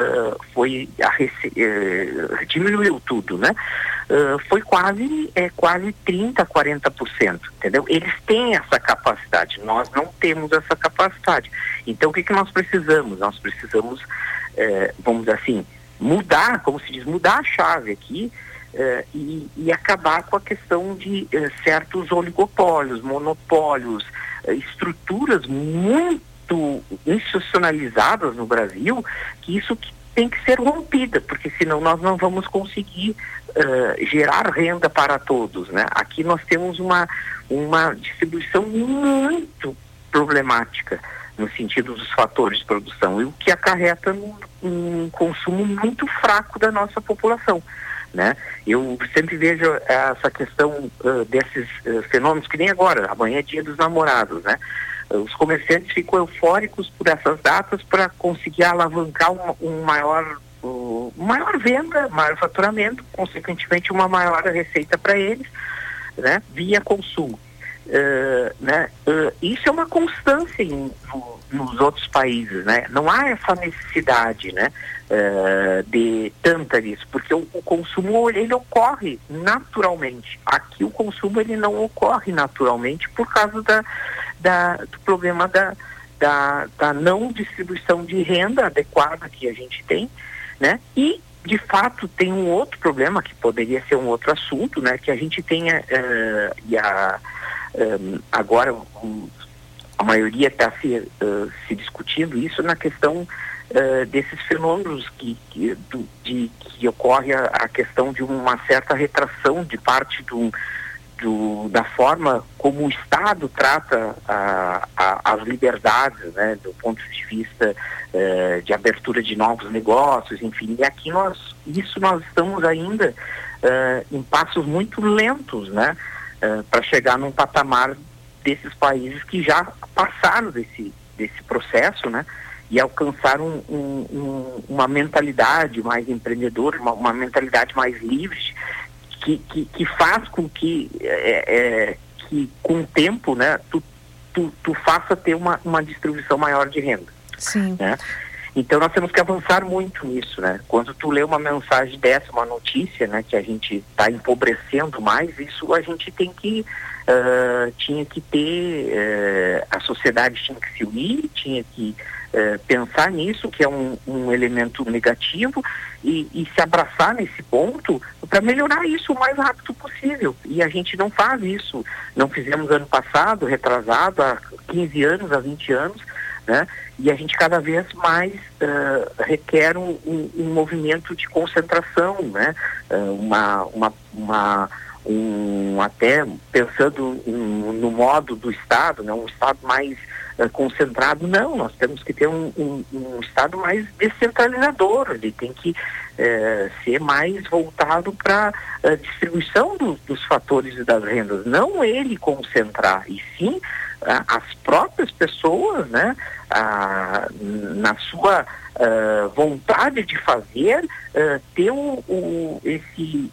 diminuiu tudo, né? Foi quase 30%, 40%, entendeu? Eles têm essa capacidade, nós não temos essa capacidade. Então, o que nós precisamos? Nós precisamos, vamos dizer assim, mudar a chave aqui, e acabar com a questão de certos oligopólios, monopólios, estruturas muito institucionalizadas no Brasil, que isso tem que ser rompida, porque senão nós não vamos conseguir gerar renda para todos, né? Aqui nós temos uma distribuição muito problemática no sentido dos fatores de produção, e o que acarreta um consumo muito fraco da nossa população, né? Eu sempre vejo essa questão desses fenômenos, que nem agora, amanhã é Dia dos Namorados, né? Os comerciantes ficam eufóricos por essas datas para conseguir alavancar maior venda, maior faturamento, consequentemente uma maior receita para eles, né? Via consumo. Isso é uma constância nos outros países, né? Não há essa necessidade, né, de tanta isso, porque o consumo ele ocorre naturalmente. Aqui o consumo ele não ocorre naturalmente por causa do problema da não distribuição de renda adequada que a gente tem, né? E de fato tem um outro problema que poderia ser um outro assunto, né? Que a gente tenha agora a maioria está se discutindo isso na questão desses fenômenos que ocorre a questão de uma certa retração de parte da forma como o Estado trata as liberdades, né, do ponto de vista de abertura de novos negócios, enfim. E aqui nós estamos ainda em passos muito lentos, né, para chegar num patamar desses países que já passaram desse processo, né, e alcançaram uma mentalidade mais empreendedora, uma mentalidade mais livre, que faz com que com o tempo, né, tu faça ter uma distribuição maior de renda. Sim. Né? Então nós temos que avançar muito nisso, né? Quando tu lê uma mensagem dessa, uma notícia, né, que a gente está empobrecendo mais, isso a gente tinha que ter, a sociedade tinha que se unir, tinha que pensar nisso, que é um elemento negativo, e se abraçar nesse ponto para melhorar isso o mais rápido possível. E a gente não faz isso. Não fizemos ano passado, retrasado, há 15 anos, há 20 anos, né? E a gente cada vez mais requer um movimento de concentração, né? Até pensando no modo do Estado, né? Um Estado mais concentrado. Não, nós temos que ter um Estado mais descentralizador. Ele tem que ser mais voltado para a distribuição dos fatores e das rendas, não ele concentrar, e sim as próprias pessoas, né, na sua vontade de fazer, ter esse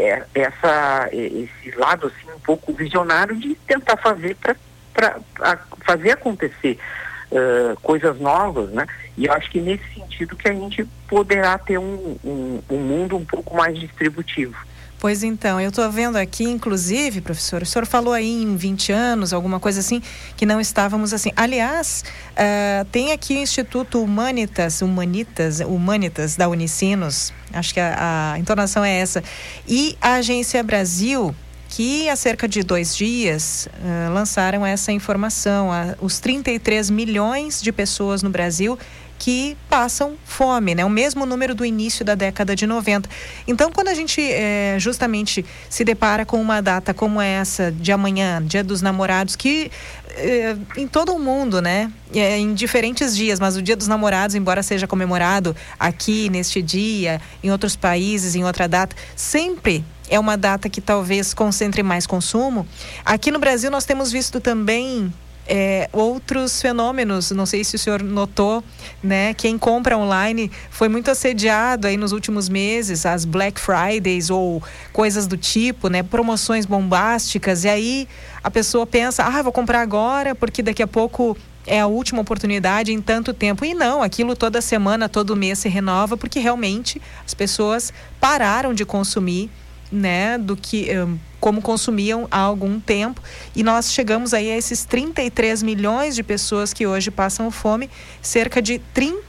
lado assim um pouco visionário de tentar fazer para fazer acontecer coisas novas, né? E eu acho que nesse sentido que a gente poderá ter um mundo um pouco mais distributivo. Pois então, eu estou vendo aqui, inclusive, professor, o senhor falou aí em 20 anos, alguma coisa assim, que não estávamos assim. Aliás, tem aqui o Instituto Humanitas da Unicinos, acho que a entonação é essa, e a Agência Brasil, que há cerca de 2 dias lançaram essa informação, os 33 milhões de pessoas no Brasil que passam fome, né? O mesmo número do início da década de 90. Então, quando a gente justamente se depara com uma data como essa de amanhã, Dia dos Namorados, que em todo o mundo, né? Em diferentes dias, mas o Dia dos Namorados, embora seja comemorado aqui neste dia, em outros países, em outra data, sempre é uma data que talvez concentre mais consumo. Aqui no Brasil nós temos visto também outros fenômenos, não sei se o senhor notou, né? Quem compra online foi muito assediado aí nos últimos meses, as Black Fridays ou coisas do tipo, né? Promoções bombásticas, e aí a pessoa pensa, vou comprar agora porque daqui a pouco é a última oportunidade em tanto tempo. E não, aquilo toda semana, todo mês se renova, porque realmente as pessoas pararam de consumir, né, do que como consumiam há algum tempo, e nós chegamos aí a esses 33 milhões de pessoas que hoje passam fome, cerca de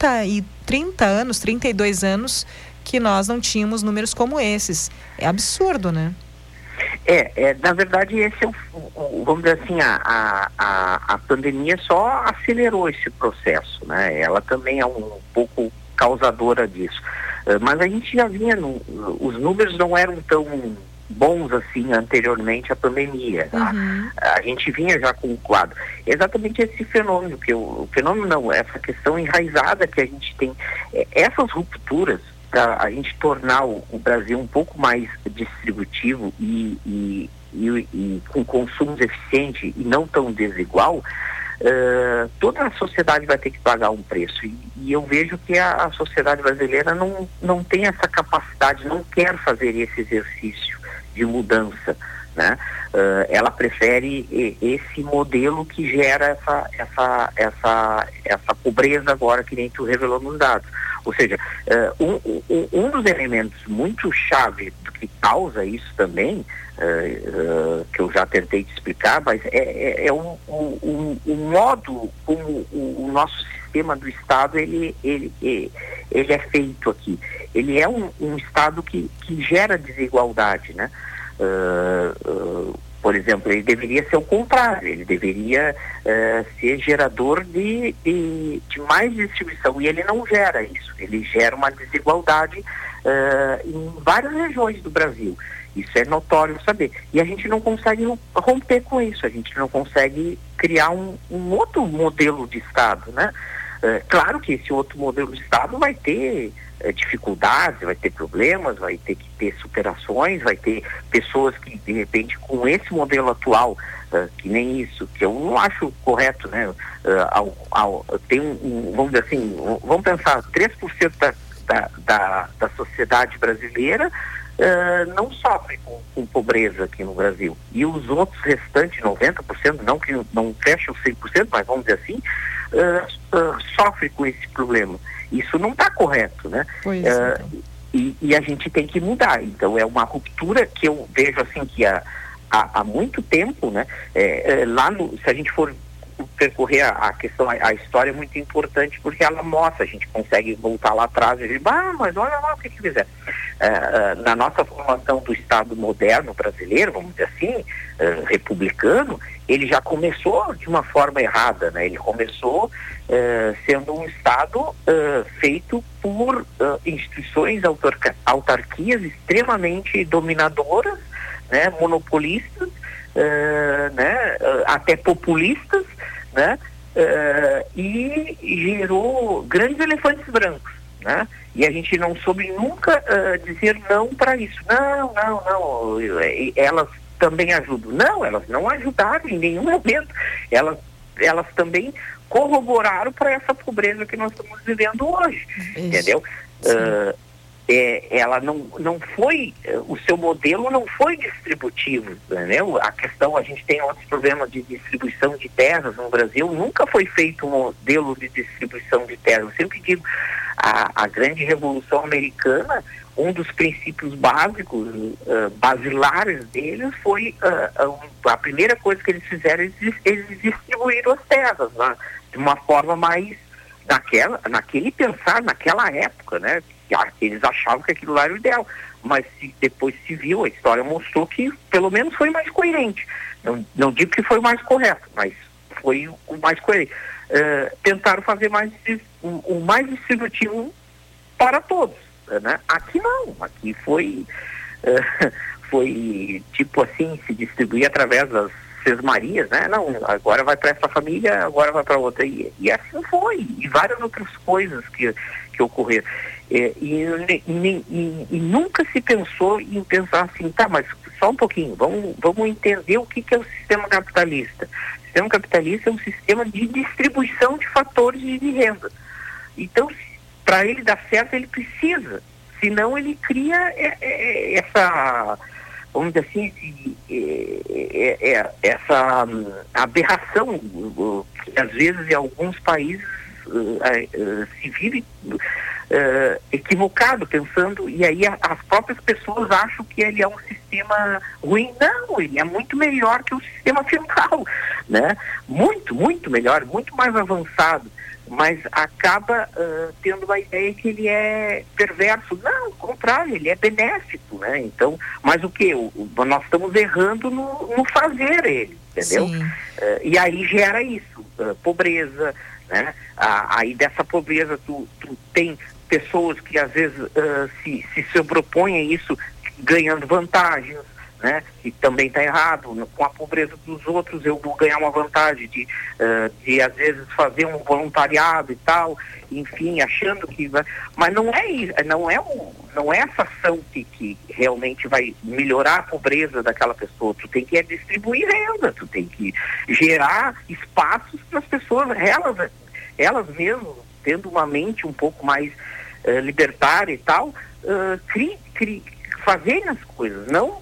32 anos que nós não tínhamos números como esses. É absurdo, né? Na verdade, esse é vamos dizer assim, a pandemia só acelerou esse processo, né? Ela também é um pouco causadora disso. Mas a gente já vinha, os números não eram tão bons assim anteriormente à pandemia. A gente vinha já com um quadro. Exatamente esse fenômeno, essa questão enraizada que a gente tem, essas rupturas para a gente tornar o Brasil um pouco mais distributivo e com consumos eficiente e não tão desigual. Toda a sociedade vai ter que pagar um preço, e eu vejo que a sociedade brasileira não tem essa capacidade, não quer fazer esse exercício de mudança, né? Ela prefere esse modelo que gera essa pobreza agora, que nem tu revelou nos dados. Ou seja, um dos elementos muito chave que causa isso também, que eu já tentei te explicar, mas é o modo como o nosso sistema do Estado ele é feito aqui. Ele é um Estado que gera desigualdade, né? Por exemplo, ele deveria ser o contrário, ele deveria ser gerador de mais distribuição, e ele não gera isso, ele gera uma desigualdade em várias regiões do Brasil. Isso é notório saber. E a gente não consegue romper com isso, a gente não consegue criar um outro modelo de Estado, né? Claro que esse outro modelo de Estado vai ter dificuldades, vai ter problemas, vai ter que ter superações, vai ter pessoas que, de repente, com esse modelo atual, que nem isso, que eu não acho correto, né? Tem vamos dizer assim, vamos pensar, 3% da sociedade brasileira não sofre com pobreza aqui no Brasil. E os outros restantes, 90%, não que não fecham 100%, mas vamos dizer assim, sofre com esse problema. Isso não está correto, né? Pois então. E a gente tem que mudar. Então é uma ruptura que eu vejo assim que há muito tempo, né? Se a gente for percorrer a questão, a história é muito importante, porque ela mostra, a gente consegue voltar lá atrás e dizer, mas olha lá o que fizer. Na nossa formação do Estado moderno brasileiro, vamos dizer assim, republicano, ele já começou de uma forma errada, né? Ele começou sendo um Estado feito por instituições, autarquias extremamente dominadoras, né? Monopolistas, né? Até populistas, né? E gerou grandes elefantes brancos, né? E a gente não soube nunca dizer não para isso. Não, elas também ajudam. Não, elas não ajudaram em nenhum momento. Elas também corroboraram para essa pobreza que nós estamos vivendo hoje. Isso. Entendeu? Ela não foi, o seu modelo não foi distributivo, entendeu? A questão, a gente tem outros problemas de distribuição de terras no Brasil, nunca foi feito um modelo de distribuição de terras. Eu sempre digo, a grande revolução americana, um dos princípios básicos, basilares deles foi, a primeira coisa que eles fizeram, eles distribuíram as terras, né? De uma forma mais, naquele pensar, naquela época, né? Eles achavam que aquilo lá era o ideal, mas depois se viu, a história mostrou que pelo menos foi mais coerente. Não digo que foi mais correto, mas foi o mais coerente. Tentaram fazer o mais distributivo para todos, né? Aqui não, aqui foi tipo assim, se distribuir através das sesmarias, né? Não, agora vai para essa família, agora vai para outra, e assim foi, e várias outras coisas que ocorreram. E nunca se pensou em pensar assim, tá, mas só um pouquinho, vamos entender o que é o sistema capitalista. O sistema capitalista é um sistema de distribuição de fatores de renda. Então, para ele dar certo, ele precisa, senão ele cria essa, vamos dizer assim, essa aberração que às vezes em alguns países se vive equivocado, pensando, e aí as próprias pessoas acham que ele é um sistema ruim. Não, ele é muito melhor que o sistema feudal, né? Muito, muito melhor, muito mais avançado, mas acaba tendo uma ideia que ele é perverso. Não, ao contrário, ele é benéfico, né? Então, mas o que? Nós estamos errando no fazer ele, entendeu? E aí gera isso, pobreza, né? Aí dessa pobreza tu tem pessoas que às vezes se sobrepõem a isso ganhando vantagens, né? E também está errado. Com a pobreza dos outros eu vou ganhar uma vantagem de às vezes fazer um voluntariado e tal, enfim, achando que vai... Mas não é isso, não é essa ação que realmente vai melhorar a pobreza daquela pessoa. Tu tem que distribuir renda, tu tem que gerar espaços para as pessoas, elas mesmas, tendo uma mente um pouco mais libertária e tal, fazerem as coisas, não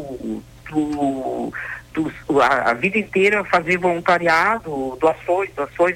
a vida inteira fazer voluntariado, doações,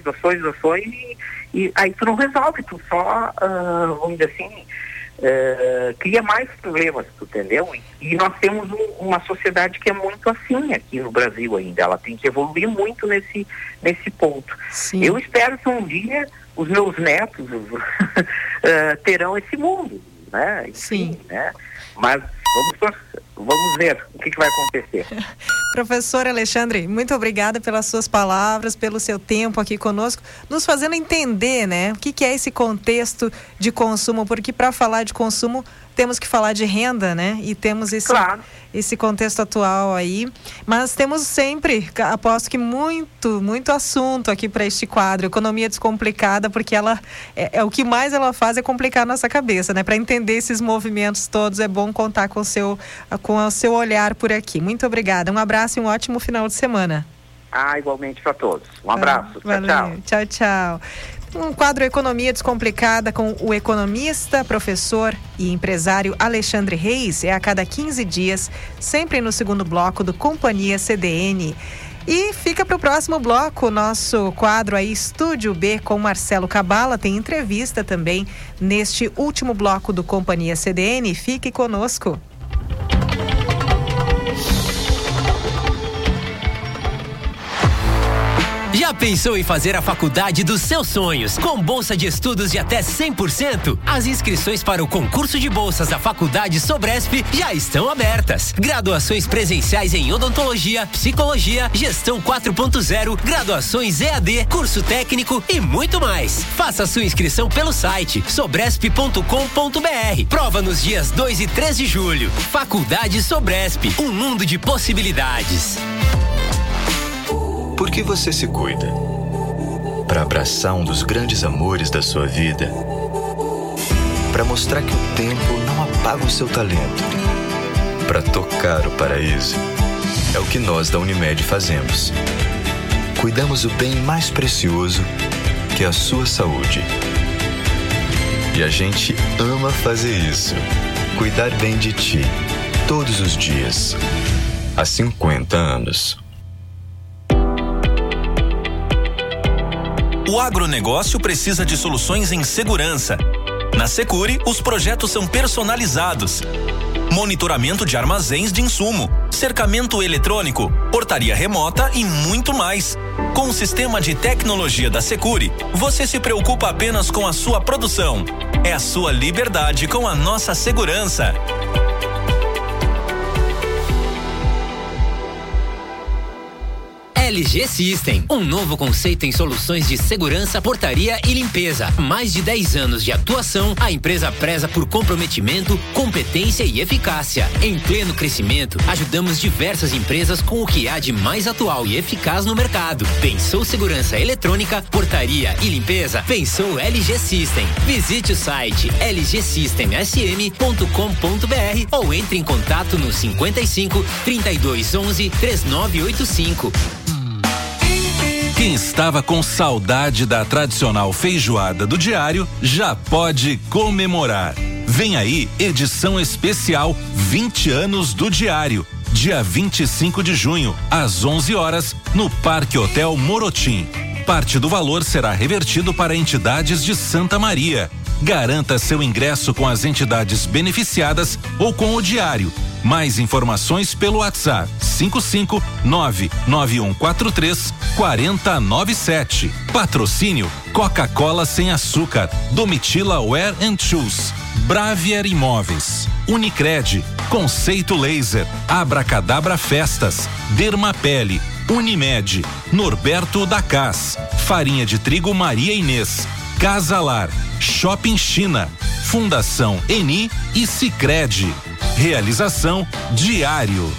e aí tu não resolve, tu só, vamos dizer assim, cria mais problemas, tu entendeu? E nós temos uma sociedade que é muito assim aqui no Brasil ainda, ela tem que evoluir muito nesse ponto. Sim. Eu espero que um dia os meus netos terão esse mundo, né? Enfim, sim. Né? Mas vamos ver o que vai acontecer. Professor Alexandre, muito obrigada pelas suas palavras, pelo seu tempo aqui conosco, nos fazendo entender, né, o que é esse contexto de consumo, porque para falar de consumo temos que falar de renda, né? E temos esse contexto atual aí, mas temos sempre, aposto que muito assunto aqui para este quadro, Economia Descomplicada, porque ela o que mais ela faz é complicar a nossa cabeça, né? Para entender esses movimentos todos é bom contar com o seu olhar por aqui. Muito obrigada, um abraço e um ótimo final de semana. Igualmente para todos. Um abraço. Tchau, tchau. Um quadro Economia Descomplicada com o economista, professor e empresário Alexandre Reis é a cada 15 dias, sempre no segundo bloco do Companhia CDN. E fica para o próximo bloco o nosso quadro aí, Estúdio B com Marcelo Cabala. Tem entrevista também neste último bloco do Companhia CDN. Fique conosco. Já pensou em fazer a faculdade dos seus sonhos, com bolsa de estudos de até 100%? As inscrições para o concurso de bolsas da Faculdade Sobresp já estão abertas. Graduações presenciais em odontologia, psicologia, gestão 4.0, graduações EAD, curso técnico e muito mais. Faça sua inscrição pelo site sobresp.com.br. Prova nos dias 2 e 3 de julho. Faculdade Sobresp, um mundo de possibilidades. Por que você se cuida? Para abraçar um dos grandes amores da sua vida? Para mostrar que o tempo não apaga o seu talento? Para tocar o paraíso? É o que nós da Unimed fazemos. Cuidamos do bem mais precioso, que é a sua saúde. E a gente ama fazer isso. Cuidar bem de ti, todos os dias. Há 50 anos. O agronegócio precisa de soluções em segurança. Na Securi, os projetos são personalizados. Monitoramento de armazéns de insumo, cercamento eletrônico, portaria remota e muito mais. Com o sistema de tecnologia da Securi, você se preocupa apenas com a sua produção. É a sua liberdade com a nossa segurança. LG System, um novo conceito em soluções de segurança, portaria e limpeza. Mais de 10 anos de atuação, a empresa preza por comprometimento, competência e eficácia. Em pleno crescimento, ajudamos diversas empresas com o que há de mais atual e eficaz no mercado. Pensou segurança eletrônica, portaria e limpeza? Pensou LG System. Visite o site lgsystemsm.com.br ou entre em contato no 55 32 11 3985. Quem estava com saudade da tradicional feijoada do Diário já pode comemorar. Vem aí, edição especial 20 anos do Diário. Dia 25 de junho, às 11 horas, no Parque Hotel Morotim. Parte do valor será revertido para entidades de Santa Maria. Garanta seu ingresso com as entidades beneficiadas ou com o Diário. Mais informações pelo WhatsApp 55991434097. Patrocínio Coca-Cola sem açúcar, Domitila Wear and Shoes, Bravier Imóveis, Unicred, Conceito Laser, Abracadabra Festas, Dermapele, Unimed, Norberto da Cas, Farinha de Trigo Maria Inês, Casalar, Shopping China, Fundação Eni e Sicredi. Realização Diário.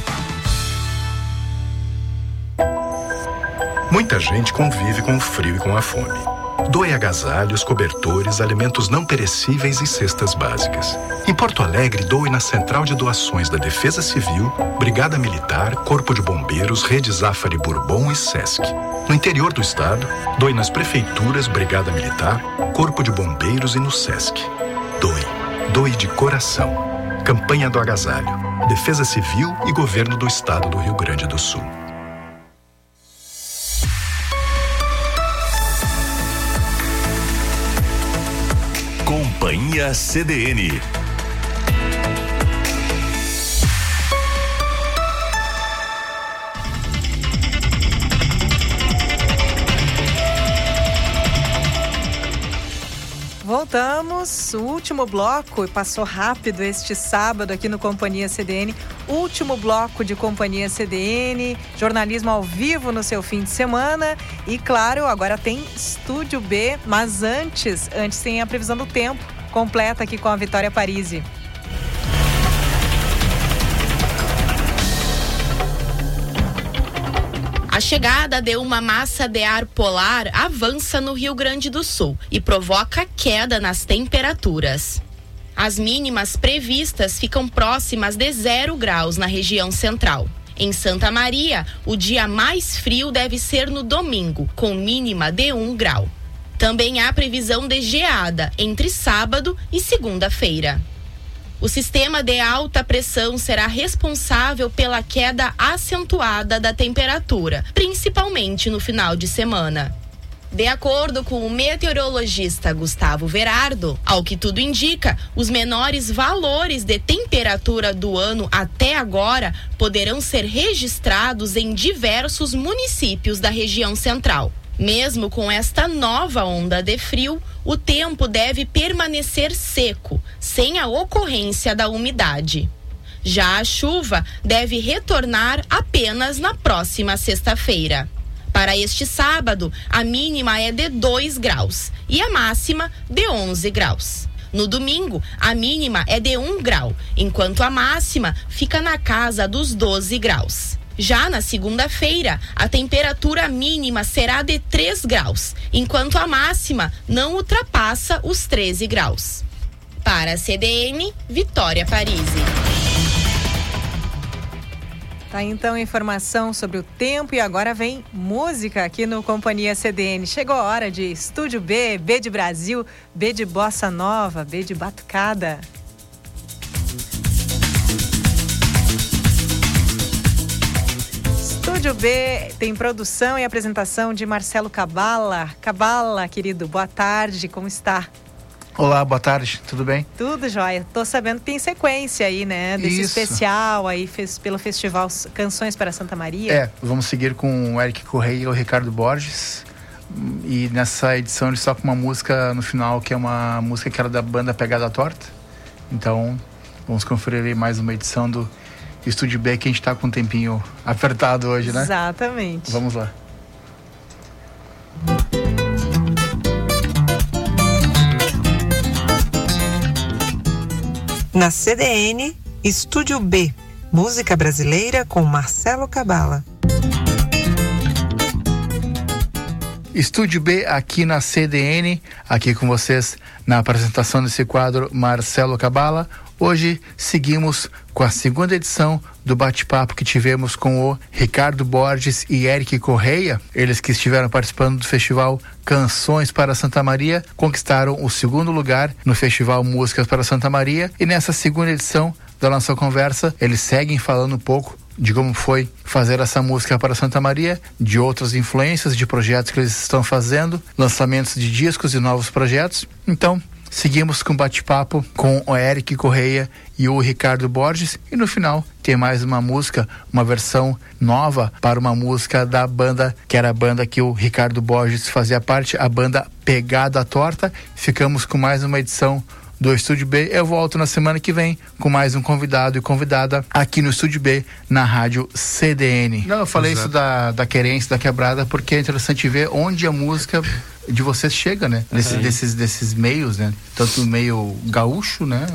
Muita gente convive com o frio e com a fome. Doe agasalhos, cobertores, alimentos não perecíveis e cestas básicas. Em Porto Alegre, doe na Central de Doações da Defesa Civil, Brigada Militar, Corpo de Bombeiros, Rede Zafari Bourbon e Sesc. No interior do estado, doe nas prefeituras, Brigada Militar, Corpo de Bombeiros e no Sesc. Doe. Doe de coração. Campanha do Agasalho, Defesa Civil e Governo do Estado do Rio Grande do Sul. Companhia CDN. Voltamos, o último bloco, passou rápido este sábado aqui no Companhia CDN, último bloco de Companhia CDN, jornalismo ao vivo no seu fim de semana e claro, agora tem Estúdio B, mas antes tem a previsão do tempo completa aqui com a Vitória Parisi. A chegada de uma massa de ar polar avança no Rio Grande do Sul e provoca queda nas temperaturas. As mínimas previstas ficam próximas de 0 graus na região central. Em Santa Maria, o dia mais frio deve ser no domingo, com mínima de 1 grau. Também há previsão de geada entre sábado e segunda-feira. O sistema de alta pressão será responsável pela queda acentuada da temperatura, principalmente no final de semana. De acordo com o meteorologista Gustavo Verardo, ao que tudo indica, os menores valores de temperatura do ano até agora poderão ser registrados em diversos municípios da região central. Mesmo com esta nova onda de frio, o tempo deve permanecer seco, sem a ocorrência da umidade. Já a chuva deve retornar apenas na próxima sexta-feira. Para este sábado, a mínima é de 2 graus e a máxima de 11 graus. No domingo, a mínima é de 1 grau, enquanto a máxima fica na casa dos 12 graus. Já na segunda-feira, a temperatura mínima será de 3 graus, enquanto a máxima não ultrapassa os 13 graus. Para a CDN, Vitória Parisi. Tá, então, informação sobre o tempo e agora vem música aqui no Companhia CDN. Chegou a hora de Estúdio B, B de Brasil, B de Bossa Nova, B de Batucada. Estúdio B tem produção e apresentação de Marcelo Cabala. Cabala, querido, boa tarde, como está? Olá, boa tarde, tudo bem? Tudo jóia. Tô sabendo que tem sequência aí, né? Desse especial aí pelo Festival Canções para Santa Maria. Vamos seguir com o Eric Correia e o Ricardo Borges. E nessa edição eles tocam uma música no final, que é uma música que era da banda Pegada Torta. Então, vamos conferir aí mais uma edição do Estúdio B, que a gente tá com um tempinho apertado hoje, né? Exatamente. Vamos lá. Na CDN, Estúdio B, música brasileira com Marcelo Cabala. Estúdio B aqui na CDN, aqui com vocês na apresentação desse quadro Marcelo Cabala. Hoje seguimos com a segunda edição do bate-papo que tivemos com o Ricardo Borges e Eric Correia. Eles que estiveram participando do festival Canções para Santa Maria, conquistaram o segundo lugar no festival Músicas para Santa Maria. E nessa segunda edição da nossa conversa, eles seguem falando um pouco de como foi fazer essa música para Santa Maria, de outras influências, de projetos que eles estão fazendo, lançamentos de discos e novos projetos. Então, seguimos com bate-papo com o Eric Correia e o Ricardo Borges, e no final tem mais uma música, uma versão nova para uma música da banda, que era a banda que o Ricardo Borges fazia parte, a banda Pegada Torta. Ficamos com mais uma edição do Estúdio B. Eu volto na semana que vem com mais um convidado e convidada aqui no Estúdio B, na rádio CDN. Não, eu falei isso da querência, da quebrada, porque é interessante ver onde a música de vocês chega, né? Desses meios, né? Tanto o meio gaúcho, né?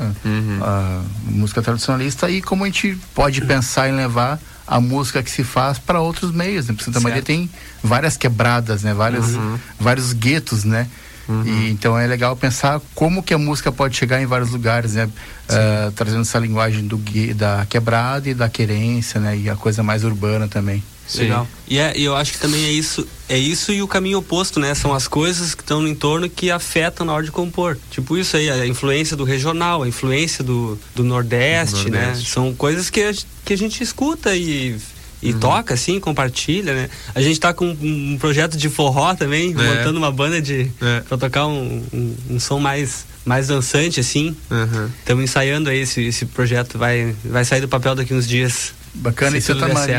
A música tradicionalista, e como a gente pode pensar em levar a música que se faz para outros meios, né? Porque Santa Maria tem várias quebradas, né? Vários guetos, né? E então é legal pensar como que a música pode chegar em vários lugares, né? Trazendo essa linguagem da quebrada e da querência, né? E a coisa mais urbana também. Legal. E eu acho que também é isso e o caminho oposto, né? São as coisas que estão no entorno que afetam na hora de compor. Tipo isso aí, a influência do regional, a influência do Nordeste, né? São coisas que a gente escuta e toca, assim, compartilha, né? A gente tá com um projeto de forró também, montando uma banda pra tocar um som mais dançante, assim. Estamos ensaiando aí esse projeto, vai sair do papel daqui uns dias. Bacana. E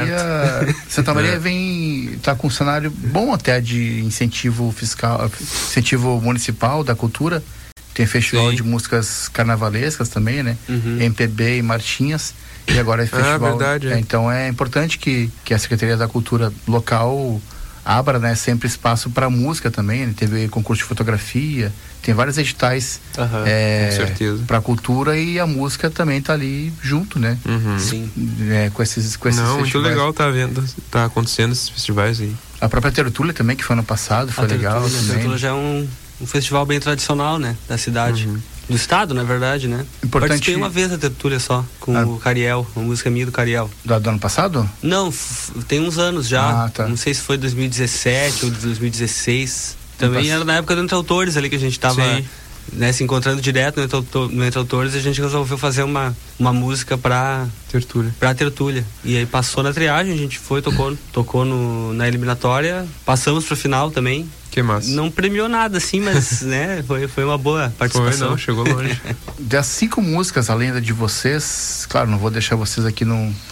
Santa Maria tá com um cenário bom até de incentivo fiscal, incentivo municipal da cultura. Tem festival de músicas carnavalescas também, né? MPB e marchinhas. E agora esse festival. Verdade, Então é importante que a Secretaria da Cultura local abra, né, sempre espaço para música também, né? Teve concurso de fotografia, tem vários editais com certeza, para cultura, e a música também tá ali junto, né? Sim. Com esses Não, festivais. muito legal tá acontecendo esses festivais aí. A própria Tertúlia também, que foi ano passado, foi legal também. A Tertúlia já é um festival bem tradicional, né? Da cidade. Do estado, na verdade, né? Participei uma vez da Tertúlia só, com o Cariel, uma música minha do Cariel. Do ano passado? Não, tem uns anos já. Não sei se foi 2017 ou 2016. Também era na época do Entre Autores ali que a gente tava, né, se encontrando direto no Entre Autores, e a gente resolveu fazer uma música pra Tertúlia. E aí passou na triagem, a gente foi, tocou na eliminatória, passamos pro final também. Que massa. Não premiou nada, assim, mas né, foi uma boa participação. Chegou longe. Das 5 músicas, além da de vocês, claro, não vou deixar vocês aqui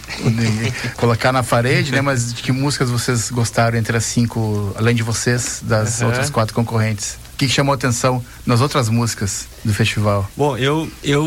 colocar na parede, né? Mas de que músicas vocês gostaram entre as 5, além de vocês, das outras 4 concorrentes? O que chamou a atenção nas outras músicas do festival? Bom, eu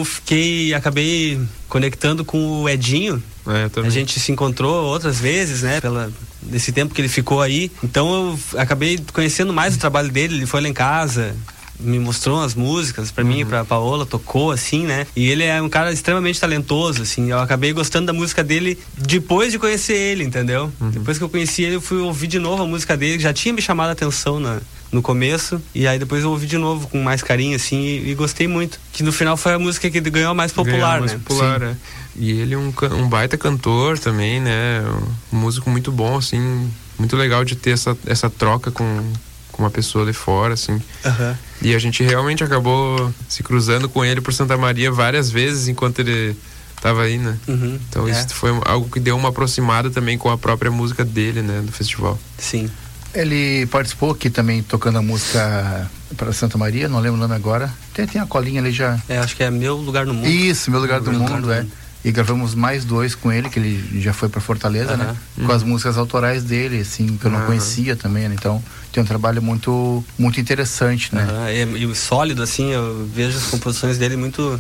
acabei conectando com o Edinho. A gente se encontrou outras vezes, né? Desse tempo que ele ficou aí. Então eu acabei conhecendo mais o trabalho dele. Ele foi lá em casa, me mostrou as músicas pra mim e pra Paola, tocou assim, né? E ele é um cara extremamente talentoso, assim. Eu acabei gostando da música dele depois de conhecer ele, entendeu? Depois que eu conheci ele, eu fui ouvir de novo a música dele, que já tinha me chamado a atenção no começo, e aí depois eu ouvi de novo com mais carinho, assim, e gostei muito. Que no final foi a música que ganhou a mais popular, né? Popular. E ele é um baita cantor também, né? Um músico muito bom, assim, muito legal de ter essa troca com uma pessoa de fora, assim. E a gente realmente acabou se cruzando com ele por Santa Maria várias vezes enquanto ele tava aí, né? Então isso foi algo que deu uma aproximada também com a própria música dele, né? Do festival. Sim. Ele participou aqui também tocando a música para Santa Maria, não lembro o nome agora. Tem a colinha ali já. Acho que é Meu Lugar no Mundo. Isso, Meu Lugar do Mundo, E gravamos mais 2 com ele, que ele já foi para Fortaleza, né? Com as músicas autorais dele, assim, que eu não conhecia também, né? Então tem um trabalho muito, muito interessante, né? E sólido, assim, eu vejo as composições dele muito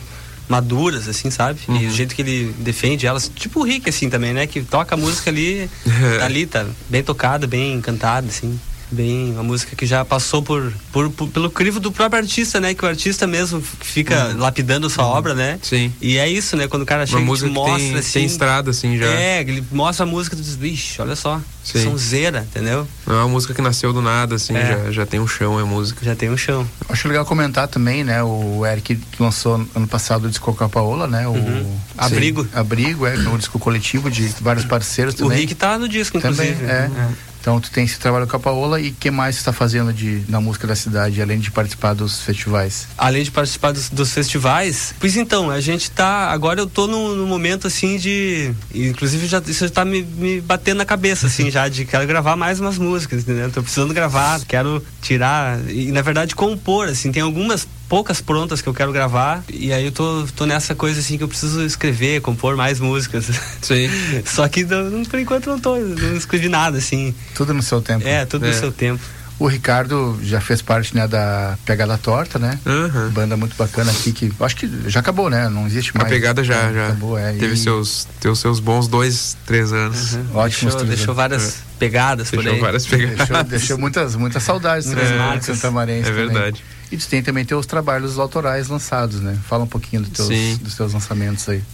maduras, assim, sabe? E o jeito que ele defende elas, tipo o Rick, assim, também, né? Que toca a música ali, tá bem tocada, bem cantada, assim. Bem, uma música que já passou pelo crivo do próprio artista, né? Que o artista mesmo fica lapidando sua obra, né? Sim. E é isso, né? Quando o cara chega e te mostra, assim... Tem estrada, assim, já. Ele mostra a música e tu diz, vixe, olha só, sonzeira, entendeu? Não é uma música que nasceu do nada, assim, já tem um chão, é música. Já tem um chão. Acho legal comentar também, né? O Eric lançou ano passado o disco com a Paola, né? O Abrigo. Abrigo, que é um disco coletivo de vários parceiros também. O Rick tá no disco, inclusive. Também, Então tu tem esse trabalho com a Paola e o que mais você está fazendo na música da cidade, além de participar dos festivais? Além de participar dos festivais, pois então, a gente tá, agora eu tô num momento assim inclusive isso já tá me batendo na cabeça assim já, de quero gravar mais umas músicas, entendeu? Tô precisando gravar, quero tirar e na verdade compor, assim, tem algumas poucas prontas que eu quero gravar e aí eu tô nessa coisa assim que eu preciso escrever, compor mais músicas. Sim. Só que por enquanto não escrevi nada assim. Tudo no seu tempo. Tudo no seu tempo. O Ricardo já fez parte, né, da Pegada Torta, né? Banda muito bacana aqui que acho que já acabou, né? Não existe mais. A Pegada já acabou, teve seus bons 2-3 anos. Ótimos. Deixou várias pegadas por aí. Várias pegadas. Deixou muitas saudades de santamarense. É verdade. Também. E tu tem também teus trabalhos autorais lançados, né? Fala um pouquinho dos teus lançamentos aí.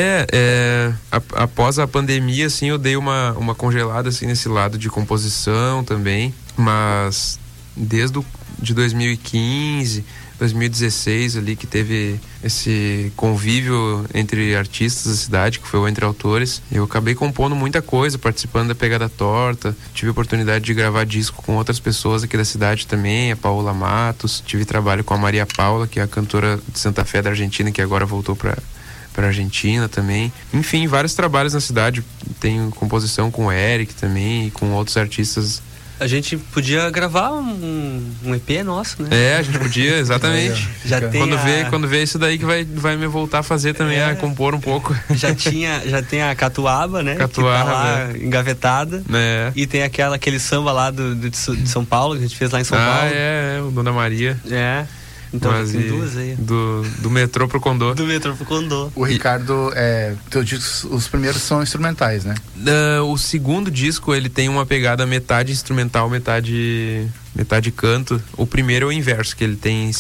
Após a pandemia, assim, eu dei uma congelada, assim, nesse lado de composição também, mas desde de 2015, 2016 ali, que teve esse convívio entre artistas da cidade, que foi o Entre Autores, eu acabei compondo muita coisa, participando da Pegada Torta, tive a oportunidade de gravar disco com outras pessoas aqui da cidade também, a Paola Matos, tive trabalho com a Maria Paula, que é a cantora de Santa Fé da Argentina, que agora voltou para Argentina também. Enfim, vários trabalhos na cidade. Tenho composição com o Eric também e com outros artistas. A gente podia gravar um EP nosso, né? A gente podia, exatamente. Já tem quando vê isso daí que vai me voltar a fazer também, a compor um pouco. Já tem a Catuaba, né? Catuaba, que tá lá engavetada. E tem aquele samba lá de São Paulo, que a gente fez lá em São Paulo. O Dona Maria. Então tem duas aí. Do metrô pro Condô. Do metrô pro Condô. O Ricardo, os primeiros são instrumentais, né? O segundo disco, ele tem uma pegada metade instrumental, metade canto. O primeiro é o inverso, que ele tem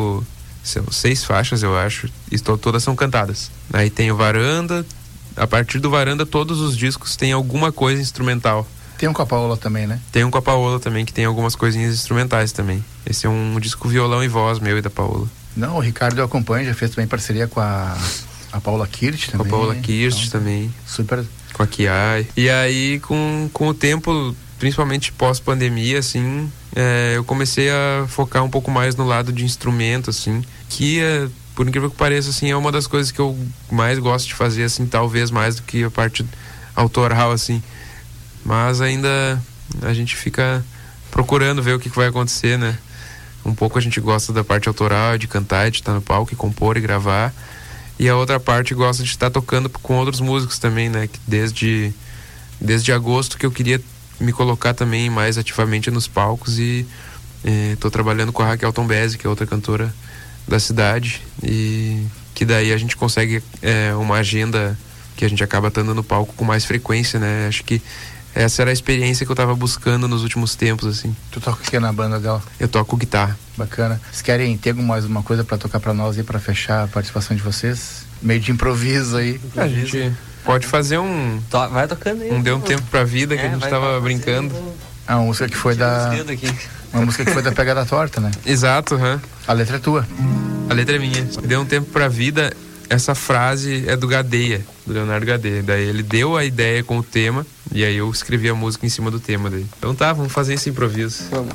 6 faixas, eu acho. E todas são cantadas. Aí tem o Varanda. A partir do Varanda, todos os discos têm alguma coisa instrumental. Tem um com a Paola também, né? Tem um com a Paola também, que tem algumas coisinhas instrumentais também. Esse é um disco violão e voz meu e da Paola. Não, o Ricardo eu acompanho, já fez também parceria com a Paula Kirst também. Com a Paula Kirst também. Super. Com a Kiai. E aí, com o tempo, principalmente pós-pandemia, assim, eu comecei a focar um pouco mais no lado de instrumento, assim, que por incrível que pareça, assim, é uma das coisas que eu mais gosto de fazer, assim, talvez mais do que a parte autoral, assim. Mas ainda a gente fica procurando ver o que vai acontecer, né? Um pouco a gente gosta da parte autoral, de cantar, de estar no palco, e compor e gravar. E a outra parte gosta de estar tocando com outros músicos também, né? Que desde agosto que eu queria me colocar também mais ativamente nos palcos e tô trabalhando com a Raquel Tombesi, que é outra cantora da cidade, e que daí a gente consegue uma agenda que a gente acaba estando no palco com mais frequência, né? Acho que essa era a experiência que eu tava buscando nos últimos tempos, assim. Tu toca o que na banda dela? Eu toco guitarra. Bacana. Vocês querem ter mais uma coisa pra tocar pra nós aí, pra fechar a participação de vocês? Meio de improviso aí. A gente pode fazer vai tocando aí. Deu um tempo pra vida, que a gente tava brincando. Uma música que foi uma música que foi da Pegada Torta, né? Exato, A letra é tua. A letra é minha. Deu um tempo pra vida. Essa frase é do Gadeia, do Leonardo Gadeia. Daí ele deu a ideia com o tema e aí eu escrevi a música em cima do tema dele. Então tá, vamos fazer esse improviso. Vamos.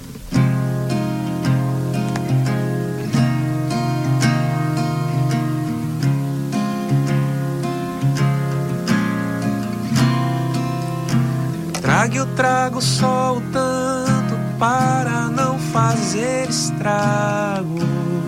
Eu trago só o tanto para não fazer estrago.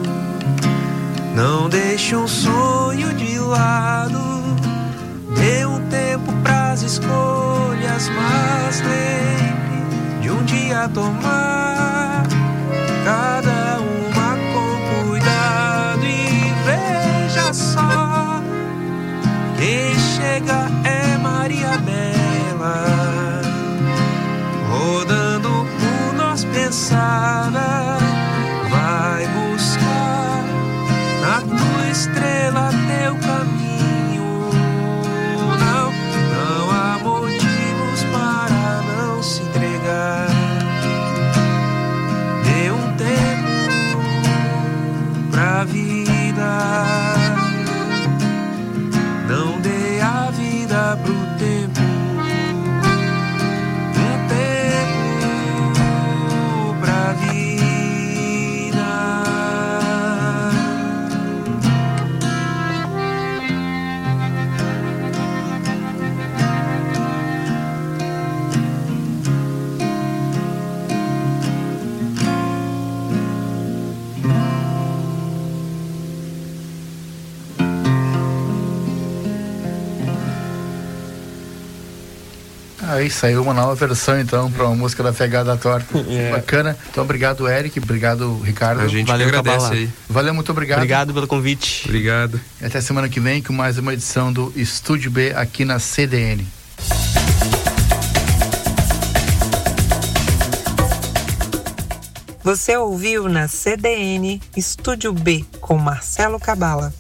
Não deixe um sonho de lado. Dê um tempo pras escolhas, mas lembre de um dia tomar cada uma com cuidado e veja só. estrada, vai buscar na tua estrela teu caminho. Não há motivos para não se entregar. Dê um tempo pra vida, não dê a vida pro tempo. Um tempo pra vida. Aí saiu uma nova versão, então, para uma música da Pegada Torta. Bacana. Então, obrigado, Eric. Obrigado, Ricardo. A gente valeu, agradece aí. Valeu, muito obrigado. Obrigado pelo convite. Obrigado. E até semana que vem com mais uma edição do Estúdio B aqui na CDN. Você ouviu na CDN Estúdio B com Marcelo Cabala.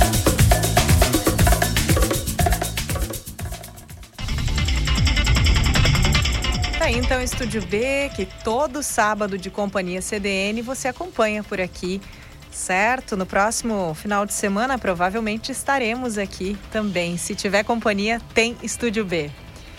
Então, Estúdio B, que todo sábado de Companhia CDN você acompanha por aqui, certo? No próximo final de semana, provavelmente estaremos aqui também. Se tiver companhia, tem Estúdio B.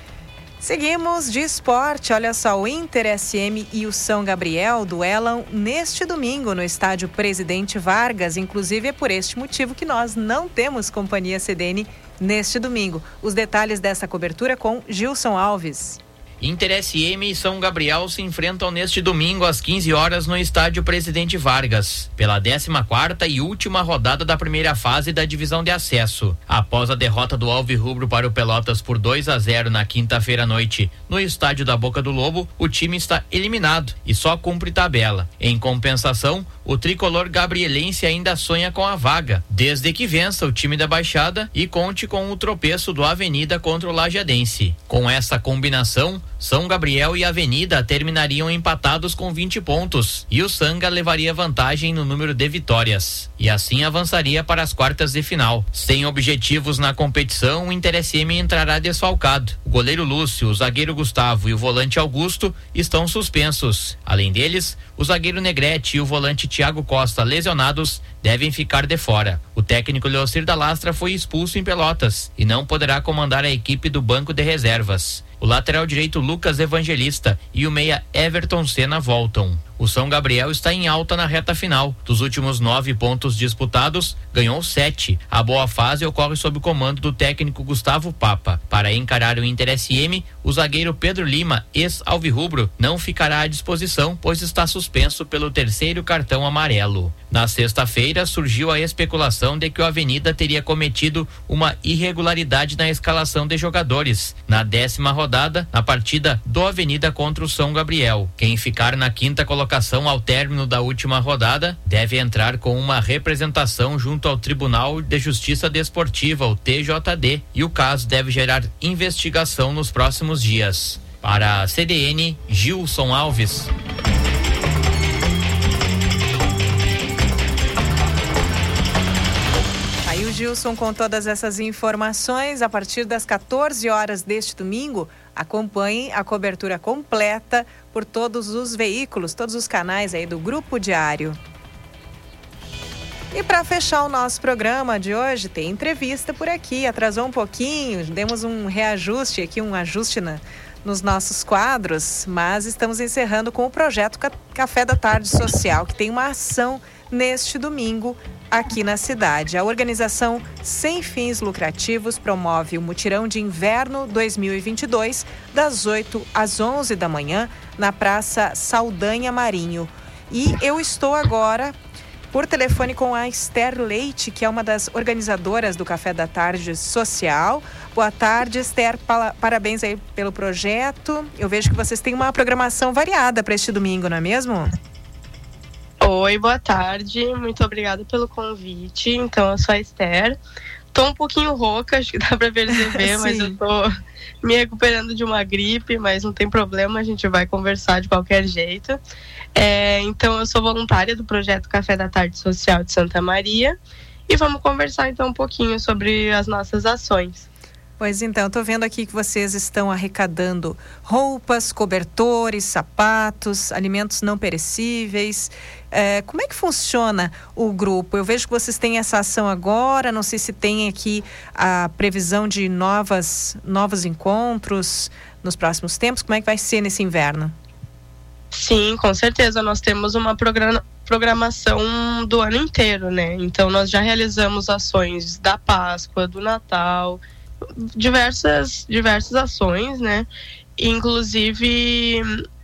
Seguimos de esporte. Olha só, o Inter SM e o São Gabriel duelam neste domingo no estádio Presidente Vargas. Inclusive, é por este motivo que nós não temos Companhia CDN neste domingo. Os detalhes dessa cobertura com Gilson Alves. Inter SM e São Gabriel se enfrentam neste domingo às 15 horas no estádio Presidente Vargas, pela 14ª e última rodada da primeira fase da divisão de acesso. Após a derrota do Alvirrubro para o Pelotas por 2-0 na quinta-feira à noite no estádio da Boca do Lobo, o time está eliminado e só cumpre tabela. Em compensação, o tricolor gabrielense ainda sonha com a vaga, desde que vença o time da Baixada e conte com o tropeço do Avenida contra o Lajadense. Com essa combinação, São Gabriel e Avenida terminariam empatados com 20 pontos e o Sanga levaria vantagem no número de vitórias e assim avançaria para as quartas de final. Sem objetivos na competição, o Inter SM entrará desfalcado. O goleiro Lúcio, o zagueiro Gustavo e o volante Augusto estão suspensos. Além deles, o zagueiro Negrete e o volante Thiago Costa, lesionados, devem ficar de fora. O técnico Leocir da Lastra foi expulso em Pelotas e não poderá comandar a equipe do banco de reservas. O lateral direito Lucas Evangelista e o meia Everton Senna voltam. O São Gabriel está em alta na reta final. Dos últimos 9 pontos disputados, ganhou 7. A boa fase ocorre sob o comando do técnico Gustavo Papa. Para encarar o Inter SM, o zagueiro Pedro Lima, ex-alvirrubro, não ficará à disposição, pois está suspenso pelo 3º cartão amarelo. Na sexta-feira, surgiu a especulação de que o Avenida teria cometido uma irregularidade na escalação de jogadores na 10ª rodada, na partida do Avenida contra o São Gabriel. Quem ficar na 5ª colocação ao término da última rodada deve entrar com uma representação junto ao Tribunal de Justiça Desportiva, o TJD, e o caso deve gerar investigação nos próximos dias. Para a CDN, Gilson Alves. Aí o Gilson com todas essas informações. A partir das 14 horas deste domingo, acompanhe a cobertura completa por todos os veículos, todos os canais aí do Grupo Diário. E para fechar o nosso programa de hoje, tem entrevista por aqui. Atrasou um pouquinho, demos um reajuste aqui, um ajuste nos nossos quadros, mas estamos encerrando com o projeto Café da Tarde Social, que tem uma ação neste domingo aqui na cidade. A organização sem fins lucrativos promove o Mutirão de Inverno 2022, das 8 às 11 da manhã, na Praça Saldanha Marinho. E eu estou agora por telefone com a Esther Leite, que é uma das organizadoras do Café da Tarde Social. Boa tarde, Esther. Parabéns aí pelo projeto. Eu vejo que vocês têm uma programação variada para este domingo, não é mesmo? Oi, boa tarde. Muito obrigada pelo convite. Então, eu sou a Esther, Tô um pouquinho rouca, acho que dá pra perceber, mas eu tô me recuperando de uma gripe, mas não tem problema, a gente vai conversar de qualquer jeito. Então, eu sou voluntária do projeto Café da Tarde Social de Santa Maria e vamos conversar então um pouquinho sobre as nossas ações. Pois então, estou vendo aqui que vocês estão arrecadando roupas, cobertores, sapatos, alimentos não perecíveis. Como é que funciona o grupo? Eu vejo que vocês têm essa ação agora, não sei se tem aqui a previsão de novos encontros nos próximos tempos. Como é que vai ser nesse inverno? Sim, com certeza. Nós temos uma programação do ano inteiro, né? Então, nós já realizamos ações da Páscoa, do Natal, diversas ações, né? Inclusive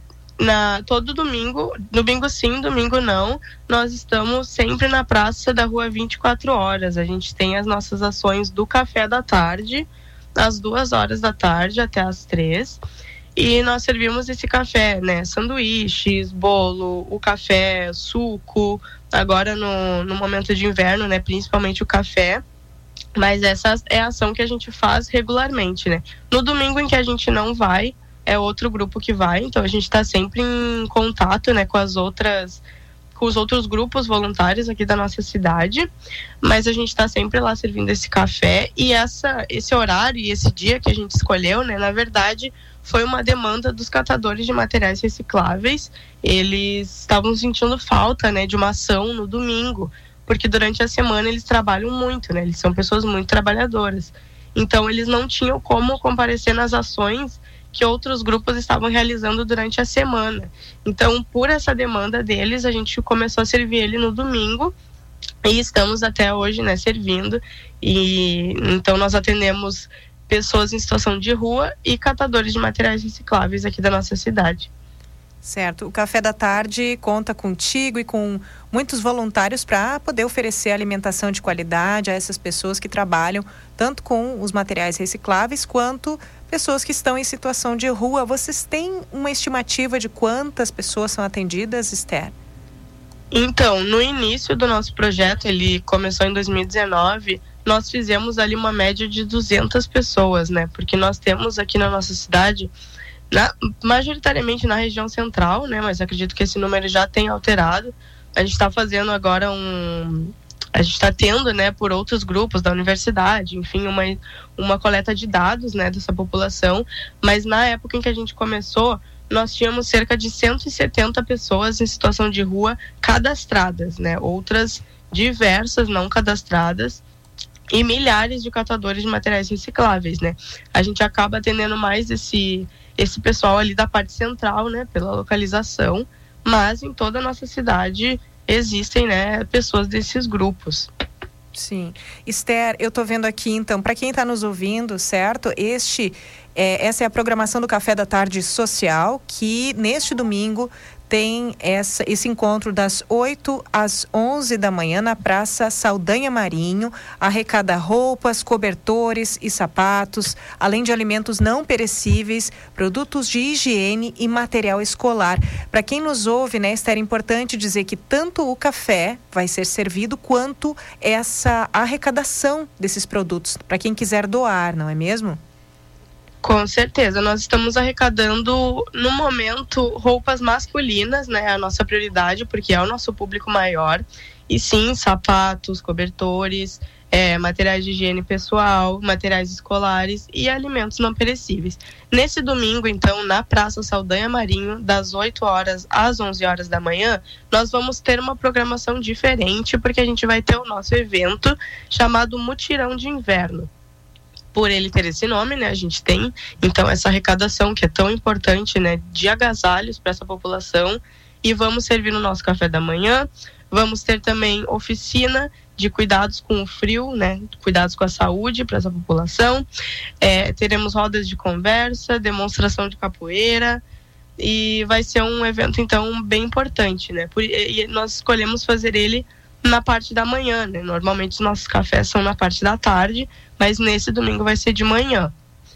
todo domingo sim, domingo não, nós estamos sempre na praça da rua 24 horas. A gente tem as nossas ações do café da tarde, às 2 horas da tarde até às 3, e nós servimos esse café, né? Sanduíches, bolo, o café, suco, agora no momento de inverno, né? Principalmente o café. Mas essa é a ação que a gente faz regularmente, né? No domingo em que a gente não vai, é outro grupo que vai, então a gente está sempre em contato, né, com os outros grupos voluntários aqui da nossa cidade, mas a gente está sempre lá servindo esse café, e esse horário e esse dia que a gente escolheu, né, na verdade, foi uma demanda dos catadores de materiais recicláveis. Eles estavam sentindo falta, né, de uma ação no domingo, porque durante a semana eles trabalham muito, né? Eles são pessoas muito trabalhadoras. Então, eles não tinham como comparecer nas ações que outros grupos estavam realizando durante a semana. Então, por essa demanda deles, a gente começou a servir ele no domingo e estamos até hoje, né, servindo. E então, nós atendemos pessoas em situação de rua e catadores de materiais recicláveis aqui da nossa cidade. Certo. O Café da Tarde conta contigo e com muitos voluntários para poder oferecer alimentação de qualidade a essas pessoas que trabalham tanto com os materiais recicláveis quanto pessoas que estão em situação de rua. Vocês têm uma estimativa de quantas pessoas são atendidas, Esther? Então, no início do nosso projeto, ele começou em 2019, nós fizemos ali uma média de 200 pessoas, né? Porque nós temos aqui na nossa cidade, majoritariamente na região central, né? Mas acredito que esse número já tenha alterado. A gente está fazendo agora a gente está tendo, né, por outros grupos da universidade, enfim, uma coleta de dados, né, dessa população, mas na época em que a gente começou, nós tínhamos cerca de 170 pessoas em situação de rua cadastradas, né, outras diversas não cadastradas, e milhares de catadores de materiais recicláveis, né. A gente acaba atendendo mais esse pessoal ali da parte central, né, pela localização, mas em toda a nossa cidade existem, né, pessoas desses grupos. Sim. Esther, eu tô vendo aqui, então, para quem está nos ouvindo, certo? Essa é a programação do Café da Tarde Social, que neste domingo tem esse encontro das 8 às 11 da manhã na Praça Saldanha Marinho, arrecada roupas, cobertores e sapatos, além de alimentos não perecíveis, produtos de higiene e material escolar. Para quem nos ouve, né, Esther, é importante dizer que tanto o café vai ser servido quanto essa arrecadação desses produtos, para quem quiser doar, não é mesmo? Com certeza, nós estamos arrecadando no momento roupas masculinas, né, a nossa prioridade, porque é o nosso público maior, e sim, sapatos, cobertores, materiais de higiene pessoal, materiais escolares e alimentos não perecíveis. Nesse domingo, então, na Praça Saldanha Marinho, das 8 horas às 11 horas da manhã, nós vamos ter uma programação diferente, porque a gente vai ter o nosso evento chamado Mutirão de Inverno. Por ele ter esse nome, né, a gente tem, então, essa arrecadação que é tão importante, né, de agasalhos para essa população, e vamos servir no nosso café da manhã. Vamos ter também oficina de cuidados com o frio, né, cuidados com a saúde para essa população. Teremos rodas de conversa, demonstração de capoeira, e vai ser um evento, então, bem importante, né, e nós escolhemos fazer ele na parte da manhã, né? Normalmente os nossos cafés são na parte da tarde, mas nesse domingo vai ser de manhã.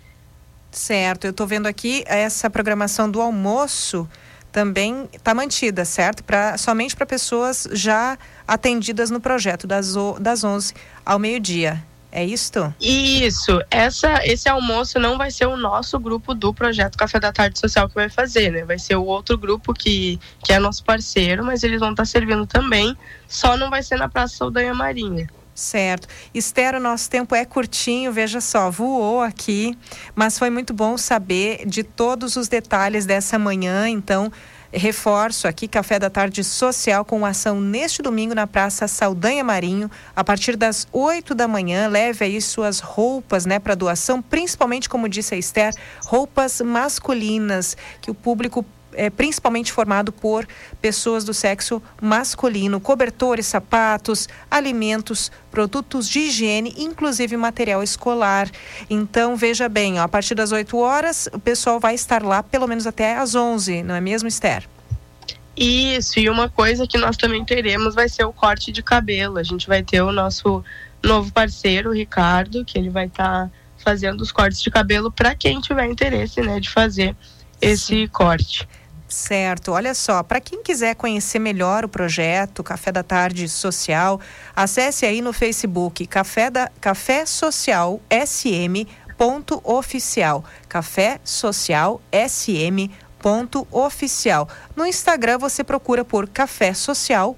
Certo, eu estou vendo aqui essa programação do almoço também está mantida, certo? Somente para pessoas já atendidas no projeto, das 11 ao meio-dia. É isto? Isso. Esse almoço não vai ser o nosso grupo do Projeto Café da Tarde Social que vai fazer, né? Vai ser o outro grupo que é nosso parceiro, mas eles vão estar servindo também, só não vai ser na Praça Saldanha Marinha. Certo. Esther, o nosso tempo é curtinho, veja só, voou aqui, mas foi muito bom saber de todos os detalhes dessa manhã, então reforço aqui, Café da Tarde Social com ação neste domingo na Praça Saldanha Marinho, a partir das 8 da manhã, leve aí suas roupas, né, para doação, principalmente, como disse a Esther, roupas masculinas, que o público principalmente formado por pessoas do sexo masculino, cobertores, sapatos, alimentos, produtos de higiene, inclusive material escolar. Então, veja bem, ó, a partir das 8 horas, o pessoal vai estar lá pelo menos até às 11, não é mesmo, Esther? Isso, e uma coisa que nós também teremos vai ser o corte de cabelo. A gente vai ter o nosso novo parceiro, o Ricardo, que ele vai estar fazendo os cortes de cabelo para quem tiver interesse, né, de fazer esse corte. Certo, olha só, para quem quiser conhecer melhor o projeto Café da Tarde Social, acesse aí no Facebook Café Social SM.oficial, Café Social SM.oficial. No Instagram você procura por cafésocial.sm,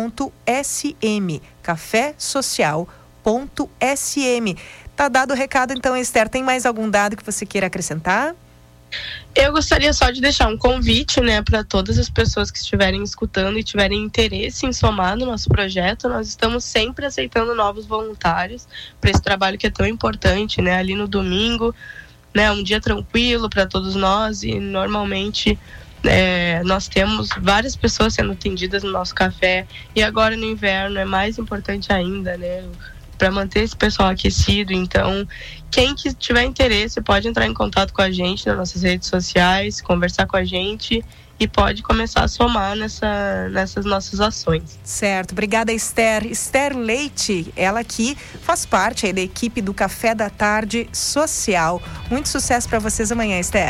cafésocial.sm. Tá dado o recado então, Esther, tem mais algum dado que você queira acrescentar? Eu gostaria só de deixar um convite, né, para todas as pessoas que estiverem escutando e tiverem interesse em somar no nosso projeto. Nós estamos sempre aceitando novos voluntários para esse trabalho que é tão importante, né, ali no domingo, né, um dia tranquilo para todos nós, e normalmente nós temos várias pessoas sendo atendidas no nosso café, e agora no inverno é mais importante ainda, né, para manter esse pessoal aquecido. Então, quem que tiver interesse pode entrar em contato com a gente nas nossas redes sociais, conversar com a gente e pode começar a somar nessas nossas ações. Certo, obrigada, Esther. Esther Leite, ela aqui faz parte aí da equipe do Café da Tarde Social. Muito sucesso para vocês amanhã, Esther.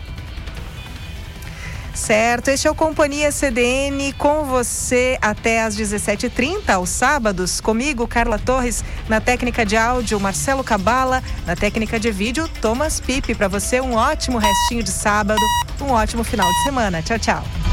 Certo, este é o Companhia CDN com você até às 17h30, aos sábados, comigo, Carla Torres, na técnica de áudio, Marcelo Cabala, na técnica de vídeo, Thomas Pipe. Para você, um ótimo restinho de sábado, um ótimo final de semana. Tchau, tchau.